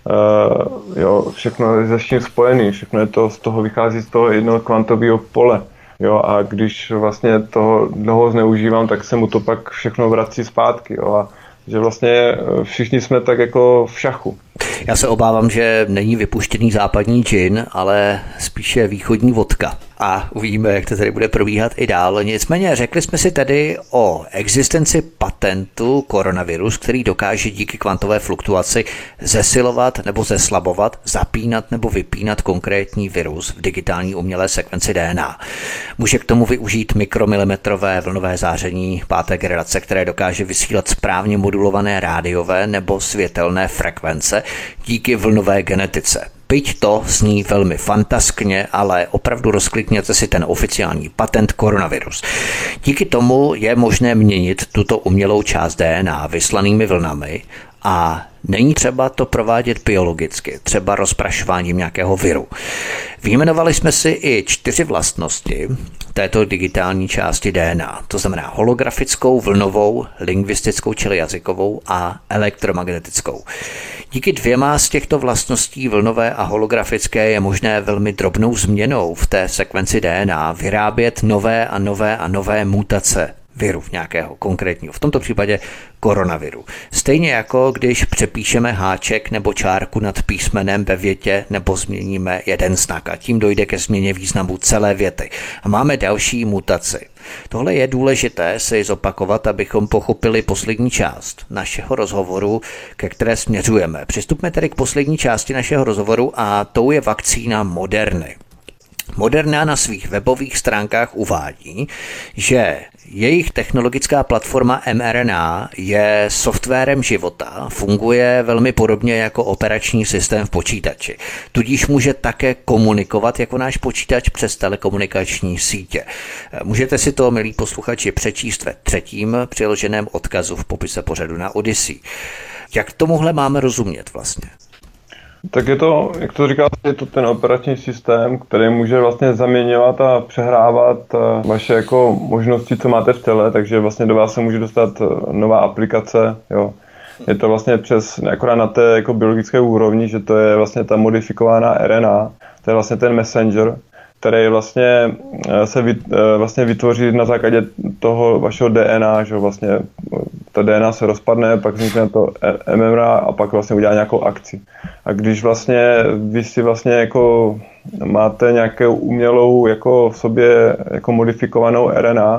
Uh, jo, všechno je se vším spojený, všechno je to, z toho vychází z toho jednoho kvantového pole. Jo, a když vlastně toho dlouho zneužívám, tak se mu to pak všechno vrací zpátky. Jo, a že vlastně všichni jsme tak jako v šachu.
Já se obávám, že není vypuštěný západní džin, ale spíše východní vodka. A uvidíme, jak to tady bude probíhat i dál. Nicméně řekli jsme si tedy o existenci patentu koronavirus, který dokáže díky kvantové fluktuaci zesilovat nebo zeslabovat, zapínat nebo vypínat konkrétní virus v digitální umělé sekvenci D N A. Může k tomu využít mikromilimetrové vlnové záření páté generace, které dokáže vysílat správně modulované rádiové nebo světelné frekvence díky vlnové genetice. Byť to zní velmi fantaskně, ale opravdu rozklikněte si ten oficiální patent koronavirus. Díky tomu je možné měnit tuto umělou část D N A vyslanými vlnami a není třeba to provádět biologicky, třeba rozprašováním nějakého viru. Vyjmenovali jsme si i čtyři vlastnosti této digitální části D N A, to znamená holografickou, vlnovou, lingvistickou, čili jazykovou a elektromagnetickou. Díky dvěma z těchto vlastností vlnové a holografické je možné velmi drobnou změnou v té sekvenci D N A vyrábět nové a nové a nové mutace viru nějakého konkrétního, v tomto případě koronaviru. Stejně jako když přepíšeme háček nebo čárku nad písmenem ve větě nebo změníme jeden znak a tím dojde ke změně významu celé věty. A máme další mutaci. Tohle je důležité si zopakovat, abychom pochopili poslední část našeho rozhovoru, ke které směřujeme. Přistupme tedy k poslední části našeho rozhovoru a tou je vakcína Moderny. Moderna na svých webových stránkách uvádí, že jejich technologická platforma mRNA je softwarem života, funguje velmi podobně jako operační systém v počítači. Tudíž může také komunikovat jako náš počítač přes telekomunikační sítě. Můžete si to, milí posluchači, přečíst ve třetím přiloženém odkazu v popise pořadu na Odyssey. Jak tomuhle máme rozumět vlastně?
Tak je to, jak to říkáte, je to ten operační systém, který může vlastně zaměňovat a přehrávat vaše jako možnosti, co máte v těle, takže vlastně do vás se může dostat nová aplikace, jo. Je to vlastně přes, akorát na té jako biologické úrovni, že to je vlastně ta modifikovaná R N A, to je vlastně ten messenger, který vlastně se vyt, vlastně vytvoří na základě toho vašeho D N A, že vlastně ta D N A se rozpadne, pak vznikne to M R N A a pak vlastně udělá nějakou akci. A když vlastně vy si vlastně jako máte nějakou umělou jako v sobě jako modifikovanou R N A,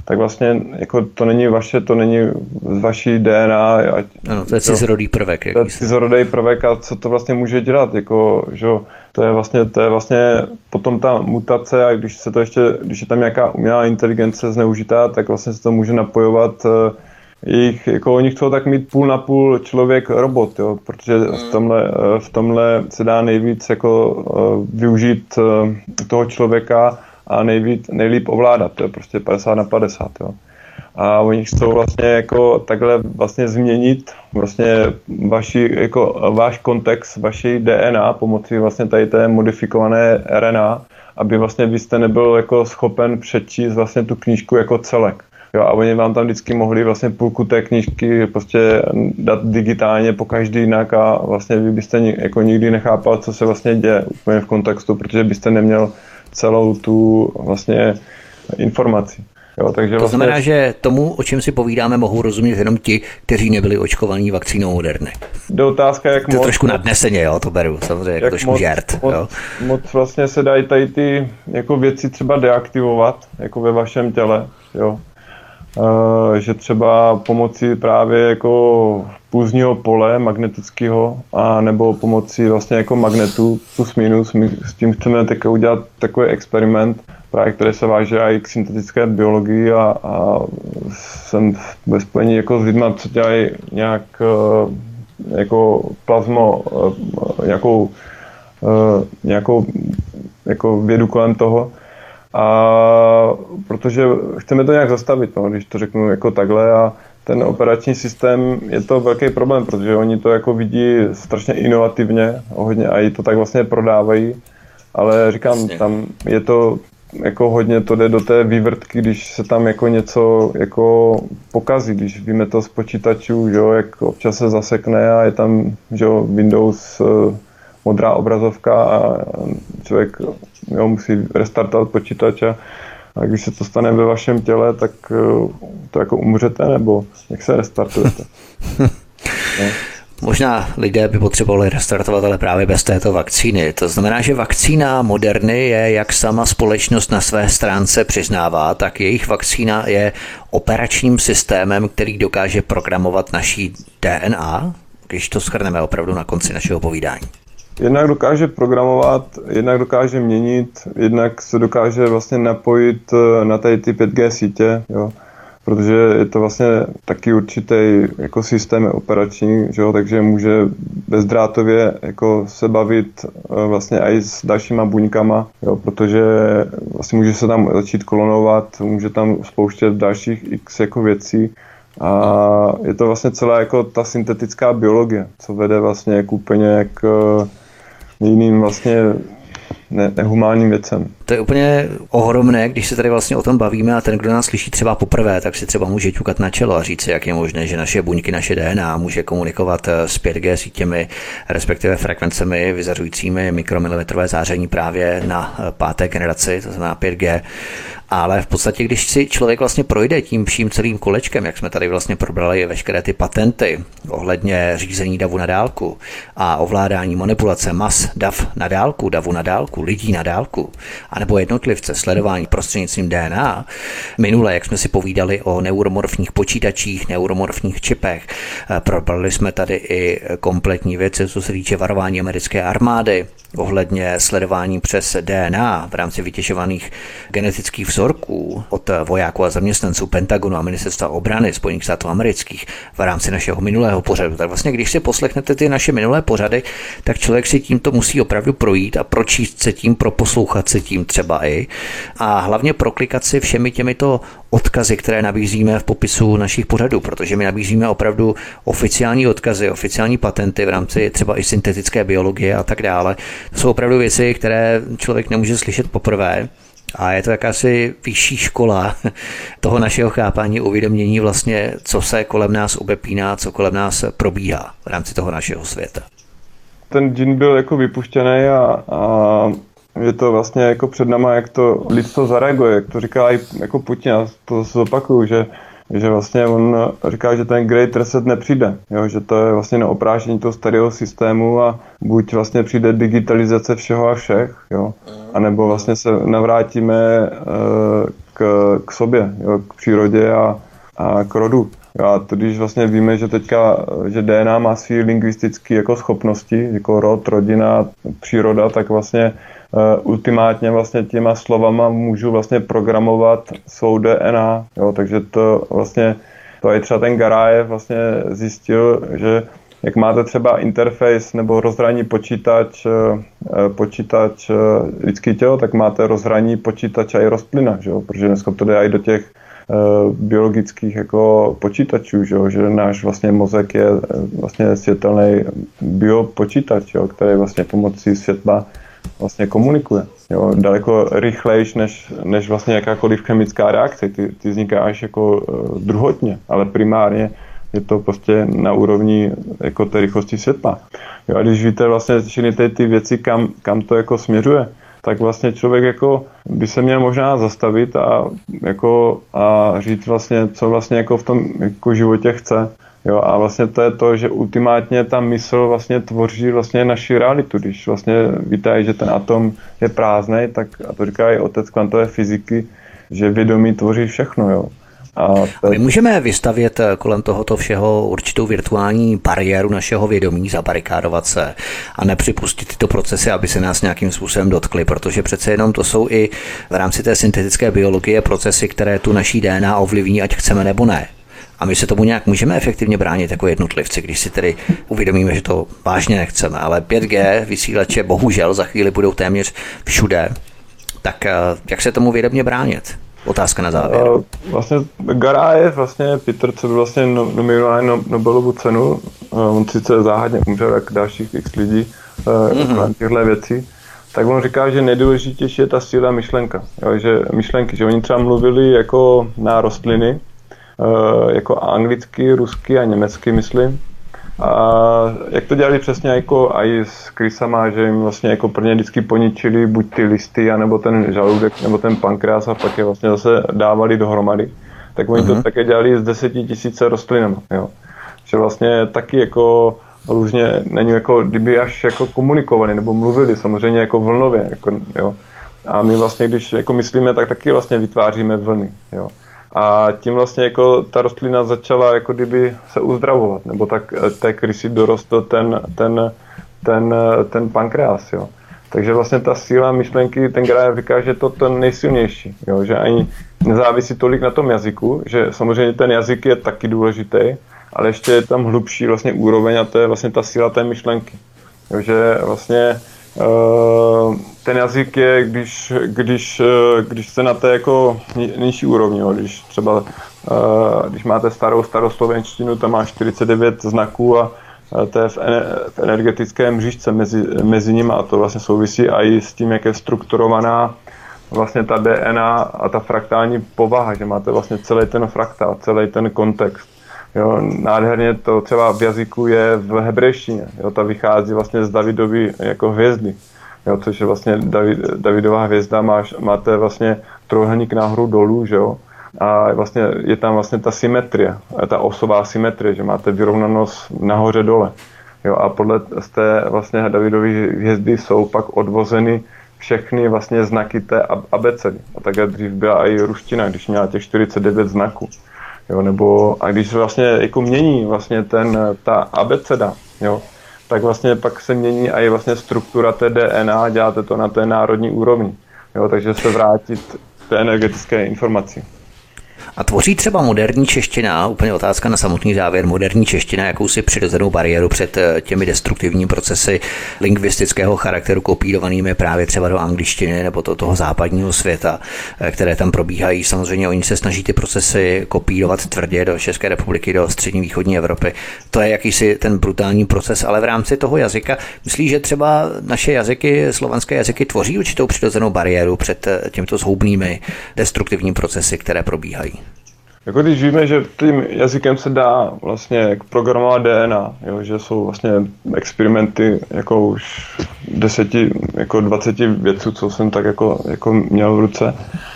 tak vlastně jako to není vaše, to není z vaší D N A. Ať,
ano, to je cizorodý prvek.
To je cizorodý prvek a co to vlastně může dělat, jako, že to je vlastně, to je vlastně potom ta mutace a když se to ještě, když je tam nějaká umělá inteligence zneužitá, tak vlastně se to může napojovat jejich, jako oni chcou tak mít půl na půl člověk robot, jo, protože v tomhle, v tomhle se dá nejvíc jako využít toho člověka a nejvíc, nejlíp ovládat, to je prostě padesát na padesát, jo. A oni chcou vlastně jako takhle vlastně změnit vlastně vaši, jako váš kontext, vaší D N A pomocí vlastně tady té modifikované R N A, aby vlastně vy jste nebyl jako schopen přečíst vlastně tu knížku jako celek. Jo, a oni vám tam vždycky mohli vlastně půlku té knížky prostě dát digitálně po každý jinak a vlastně vy byste jako nikdy nechápal, co se vlastně děje úplně v kontextu, protože byste neměl celou tu vlastně informaci. Jo, takže
to
vlastně...
znamená, že tomu, o čem si povídáme, mohou rozumět jenom ti, kteří nebyli očkovaní vakcínou Moderny.
Jde otázka, jak
to moc... To trošku
moc,
nadneseně, jo, to beru, samozřejmě, jak trošku
moc,
žert.
Moc,
jo.
moc vlastně se dají tady ty jako věci třeba deaktivovat, jako ve vašem těle, jo. Uh, že třeba pomocí právě jako pulzního pole magnetického a nebo pomocí vlastně jako magnetu plus minus, my s tím chceme teďka udělat takový experiment, právě který se váže i k syntetické biologii a, a jsem ve spojení jako s lidmi, co dělají nějak uh, jako plazmo, uh, nějakou, uh, nějakou jako vědu kolem toho. A protože chceme to nějak zastavit, no, když to řeknu jako takhle a ten operační systém je to velký problém, protože oni to jako vidí strašně inovativně, hodně a i to tak vlastně prodávají, ale říkám, vlastně. Tam je to jako hodně to jde do té vývrtky, když se tam jako něco jako pokazí, když víme to z počítačů, že jo, jak občas se zasekne a je tam, že jo, Windows modrá obrazovka a člověk jo, musí restartovat počítač a, a když se to stane ve vašem těle, tak to jako umřete, nebo jak se restartujete? No.
Možná lidé by potřebovali restartovat, ale právě bez této vakcíny. To znamená, že vakcína Moderny je, jak sama společnost na své stránce přiznává, tak jejich vakcína je operačním systémem, který dokáže programovat naší D N A, když to shrneme opravdu na konci našeho povídání.
Jednak dokáže programovat, jednak dokáže měnit, jednak se dokáže vlastně napojit na tady ty pět G sítě, jo. Protože je to vlastně taky určitý jako systém operační, že jo, takže může bezdrátově jako se bavit vlastně i s dalšíma buňkama, jo, protože vlastně může se tam začít klonovat, může tam spouštět dalších x jako věcí a je to vlastně celá jako ta syntetická biologie, co vede vlastně k úplně k jiným vlastně ne, nehumánním věcem.
To je úplně ohromné, když se tady vlastně o tom bavíme a ten, kdo nás slyší třeba poprvé, tak si třeba může ťukat na čelo a říct si, jak je možné, že naše buňky, naše D N A může komunikovat s pět G sítěmi, respektive frekvencemi vyzařujícími mikromilimetrové záření právě na páté generaci, to znamená pět G. Ale v podstatě, když si člověk vlastně projde tím vším celým kolečkem, jak jsme tady vlastně probrali veškeré ty patenty ohledně řízení davu na dálku a ovládání manipulace mas dav na dálku, davu na dálku, lidí na dálku, anebo jednotlivce, sledování prostřednictvím D N A. Minule, jak jsme si povídali o neuromorfních počítačích, neuromorfních čipech, probrali jsme tady i kompletní věci, co se týče varování americké armády, ohledně sledování přes D N A v rámci vytěžovaných genetických vzorků od vojáků a zaměstnanců Pentagonu a Ministerstva obrany Spojených států amerických v rámci našeho minulého pořadu. Tak vlastně, když si poslechnete ty naše minulé pořady, tak člověk si tímto musí opravdu projít a pročíst se tím, proposlouchat se tím třeba i a hlavně proklikat si všemi těmito odkazy, které nabízíme v popisu našich pořadů, protože my nabízíme opravdu oficiální odkazy, oficiální patenty v rámci třeba i syntetické biologie a tak dále. To jsou opravdu věci, které člověk nemůže slyšet poprvé. A je to jakási vyšší škola toho našeho chápání, uvědomění vlastně, co se kolem nás obepíná, co kolem nás probíhá v rámci toho našeho světa.
Ten džin byl jako vypuštěný a, a je to vlastně jako před náma, jak to lidstvo zareaguje, jak to říká i jako Putin, já to zopakuju, že že vlastně on říká, že ten Great Reset nepřijde, jo? Že to je vlastně na oprášení toho starého systému a buď vlastně přijde digitalizace všeho a všech, jo? Anebo vlastně se navrátíme k, k sobě, jo, k přírodě a, a k rodu. A to, když vlastně víme, že teďka, že D N A má svý lingvistické jako schopnosti, jako rod, rodina, příroda, tak vlastně uh, ultimátně vlastně těma slovama můžu vlastně programovat svou D N A, jo, takže to vlastně, to i třeba ten Garájev vlastně zjistil, že jak máte třeba interface nebo rozhraní počítač, počítač lidský tělo, tak máte rozhraní počítače i rostlina, že jo? Protože dneska to jde i do těch uh, biologických jako počítačů, že, jo? Že náš vlastně mozek je vlastně světelný biopočítač, jo? Který vlastně pomocí světla vlastně komunikuje. Jo? Daleko rychlejš než, než vlastně jakákoliv chemická reakce, ty, ty vzniká až jako uh, druhotně, ale primárně je to prostě na úrovni jako té rychlosti světla. Jo, a když víte vlastně všechny ty, ty věci, kam, kam to jako směřuje, tak vlastně člověk jako by se měl možná zastavit a, jako, a říct vlastně, co vlastně jako v tom jako životě chce. Jo, a vlastně to je to, že ultimátně ta mysl vlastně tvoří vlastně naši realitu. Když vlastně víte, že ten atom je prázdnej, tak a to říká i otec kvantové fyziky, že vědomí tvoří všechno. Jo.
A my můžeme vystavět kolem tohoto všeho určitou virtuální bariéru našeho vědomí, zabarikádovat se a nepřipustit tyto procesy, aby se nás nějakým způsobem dotkly, protože přece jenom to jsou i v rámci té syntetické biologie procesy, které tu naší D N A ovlivní, ať chceme nebo ne. A my se tomu nějak můžeme efektivně bránit jako jednotlivci, když si tedy uvědomíme, že to vážně nechceme. Ale pět G vysílače bohužel za chvíli budou téměř všude. Tak jak se tomu vědomě bránit? Otázka na závěr.
Vlastně Garájev, vlastně Peter, co byl vlastně nominovaný na Nobelovu cenu, on sice záhadně umřel, jak dalších x lidí, mm-hmm. těchto věcí, tak on říká, že nejdůležitější je ta síla myšlenka. Jo, že myšlenky, že oni třeba mluvili jako na rostliny, jako anglicky, rusky a německy, myslím. A jak to dělali přesně jako i s krysama, že jim vlastně jako prvně vždycky poničili buď ty listy, anebo ten žaludek, nebo ten pankreas a pak je vlastně zase dávali dohromady. Tak oni uh-huh. to také dělali s desetitisíce rostlinama, jo. Že vlastně taky jako různě není jako, kdyby až jako komunikovali nebo mluvili, samozřejmě jako vlnově, jako, jo. A my vlastně, když jako myslíme, tak taky vlastně vytváříme vlny, jo. A tím vlastně jako ta rostlina začala jako kdyby se uzdravovat, nebo tak té krysy dorostl ten, ten, ten, ten pankreas, jo. Takže vlastně ta síla myšlenky, ten Garájev říká, že je to ten nejsilnější, jo, že ani nezávisí tolik na tom jazyku, že samozřejmě ten jazyk je taky důležitý, ale ještě je tam hlubší vlastně úroveň a to je vlastně ta síla té myšlenky. Jo, že vlastně uh, ten jazyk je, když, když, když se na té jako nižší úrovni, jo, když třeba uh, když máte starou staroslovenštinu, tam má čtyřicet devět znaků a to je v, v energetické mřížce mezi, mezi nimi a to vlastně souvisí i s tím, jak je strukturovaná vlastně ta D N A a ta fraktální povaha, že máte vlastně celý ten fraktál, celý ten kontext. Jo, nádherně to třeba v jazyku je v hebrejštině, jo, ta vychází vlastně z Davidovy jako hvězdy, jo, což je vlastně David, Davidova hvězda, máš, máte vlastně trojúhelník nahoru dolů, že jo, a vlastně je tam vlastně ta symetrie, ta osová symetrie, že máte vyrovnanost nahoře dole. Jo, a podle z té vlastně Davidovy hvězdy jsou pak odvozeny všechny vlastně znaky té abecedy. A také dřív byla i ruština, když měla těch čtyřicet devět znaků. Jo, nebo a když vlastně jako mění vlastně ten, ta abeceda, jo, tak vlastně pak se mění i vlastně struktura té D N A, děláte to na té národní úrovni. Jo, takže se vrátit k té energetické informaci.
A tvoří třeba moderní čeština, úplně otázka na samotný závěr, moderní čeština jakousi přirozenou bariéru před těmi destruktivními procesy lingvistického charakteru kopírovanými právě třeba do angličtiny nebo do toho západního světa, které tam probíhají. Samozřejmě oni se snaží ty procesy kopírovat tvrdě do České republiky, do střední východní Evropy. To je jakýsi ten brutální proces, ale v rámci toho jazyka myslí, že třeba naše jazyky, slovanské jazyky tvoří určitou přirozenou bariéru před těmito zhoubnými destruktivními procesy, které probíhají.
Jako když víme, že tím jazykem se dá vlastně programovat D N A, jo, že jsou vlastně experimenty jako už deseti, jako dvaceti vědců, co jsem tak jako, jako měl v ruce,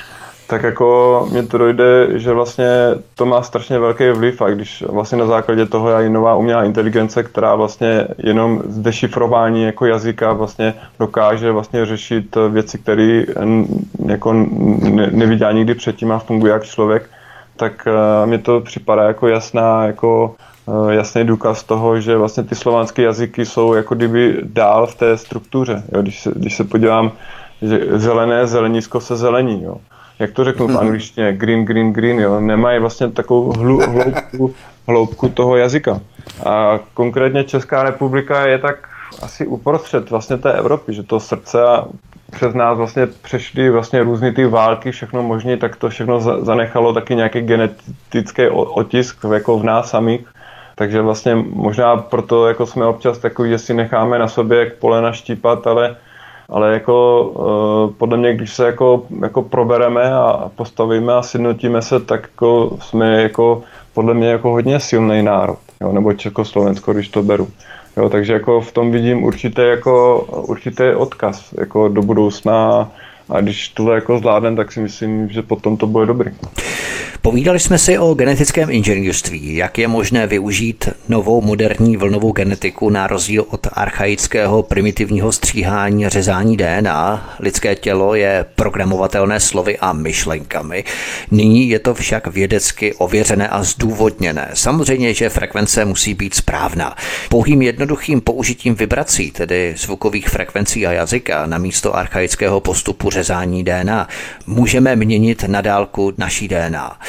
tak jako mě to dojde, že vlastně to má strašně velký vliv a když vlastně na základě toho je i nová umělá inteligence, která vlastně jenom z dešifrování jako jazyka vlastně dokáže vlastně řešit věci, které jako ne, neviděla nikdy předtím a funguje jak člověk, tak mně to připadá jako jasná, jako jasný důkaz toho, že vlastně ty slovanské jazyky jsou jako kdyby dál v té struktuře. Jo? Když, se, když se podívám, že zelené, zelenísko se zelení. Jo? Jak to řeknu v angličtině? Green, green, green. Jo? Nemají vlastně takovou hlu, hloubku, hloubku toho jazyka. A konkrétně Česká republika je tak asi uprostřed vlastně té Evropy, že to srdce a přes nás vlastně přešly vlastně různý ty války, všechno možné, tak to všechno zanechalo taky nějaký genetický otisk jako v nás samých. Takže vlastně možná proto jako jsme občas takový, že si necháme na sobě jak polena štípat, ale, ale jako uh, podle mě, když se jako, jako probereme a postavíme a sjednotíme se, tak jako jsme jako podle mě jako hodně silný národ, jo, nebo Československo, když to beru. Jo, takže jako v tom vidím určitý, jako, určitý odkaz jako do budoucna a když tohle jako zvládnem, tak si myslím, že potom to bude dobrý.
Povídali jsme si o genetickém inženýrství, jak je možné využít novou moderní vlnovou genetiku na rozdíl od archaického primitivního stříhání řezání D N A. Lidské tělo je programovatelné slovy a myšlenkami. Nyní je to však vědecky ověřené a zdůvodněné. Samozřejmě, že frekvence musí být správná. Pouhým jednoduchým použitím vibrací, tedy zvukových frekvencí a jazyka, namísto archaického postupu řezání D N A, můžeme měnit na dálku naší D N A.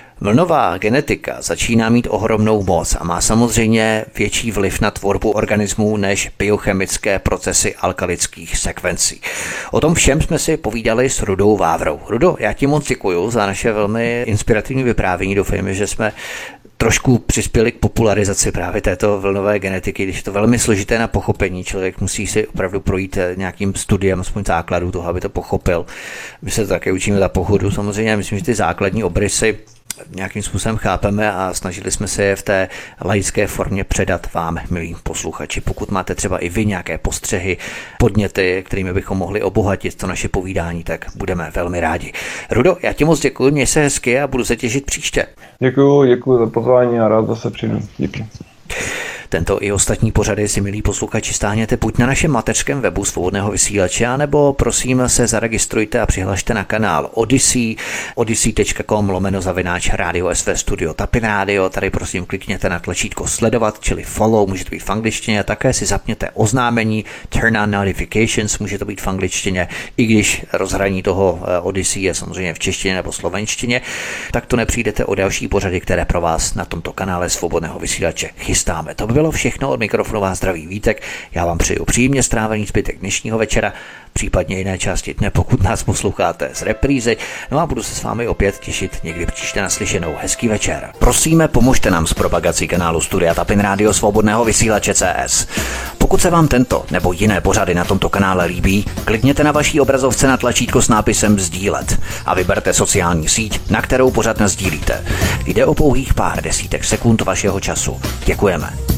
Vlnová genetika začíná mít ohromnou moc a má samozřejmě větší vliv na tvorbu organismů než biochemické procesy alkalických sekvencí. O tom všem jsme si povídali s Rudou Vávrou. Rudo, já ti moc děkuju za naše velmi inspirativní vyprávění. Doufejme, že jsme trošku přispěli k popularizaci právě této vlnové genetiky, když je to velmi složité na pochopení. Člověk musí si opravdu projít nějakým studiem, aspoň základů toho, aby to pochopil. My se to také učíme za pochodu. Samozřejmě myslím, že ty základní obrysy nějakým způsobem chápeme a snažili jsme se je v té laické formě předat vám, milí posluchači. Pokud máte třeba i vy nějaké postřehy, podněty, kterými bychom mohli obohatit to naše povídání, tak budeme velmi rádi. Rudo, já ti moc děkuji, měj se hezky a budu se těšit příště.
Děkuji, děkuji za pozvání a rád zase přijdu. Díky.
Tento i ostatní pořady si, milí posluchači, stáhněte buď na našem mateřském webu Svobodného vysílače, nebo prosím se zaregistrujte a přihlašte na kanál Odyssey, odyssey tečka com lomeno zavináč rádio S V Studio Tapin Radio. Tady prosím klikněte na tlačítko sledovat, čili follow, může to být v angličtině, a také si zapněte oznámení, turn on notifications, může to být v angličtině, i když rozhraní toho Odyssey je samozřejmě v češtině nebo slovenštině, tak to nepřijdete o další pořady, které pro vás na tomto kanále Svobodného vysílače chystáme. To by bylo všechno, od mikrofonu vás zdraví Vítek. Já vám přeju příjemně strávený zbytek dnešního večera, případně jiné části dne, pokud nás posloucháte z reprízy. No a budu se s vámi opět těšit někdy příště naslyšenou. Hezký večer. Prosíme, pomožte nám s propagací kanálu Studia Tapin Radio Svobodného vysílače C S. Pokud se vám tento nebo jiné pořady na tomto kanále líbí, klikněte na vaší obrazovce na tlačítko s nápisem sdílet a vyberte sociální síť, na kterou pořad nasdílíte. Jde o pouhých pár desítek sekund vašeho času. Děkujeme.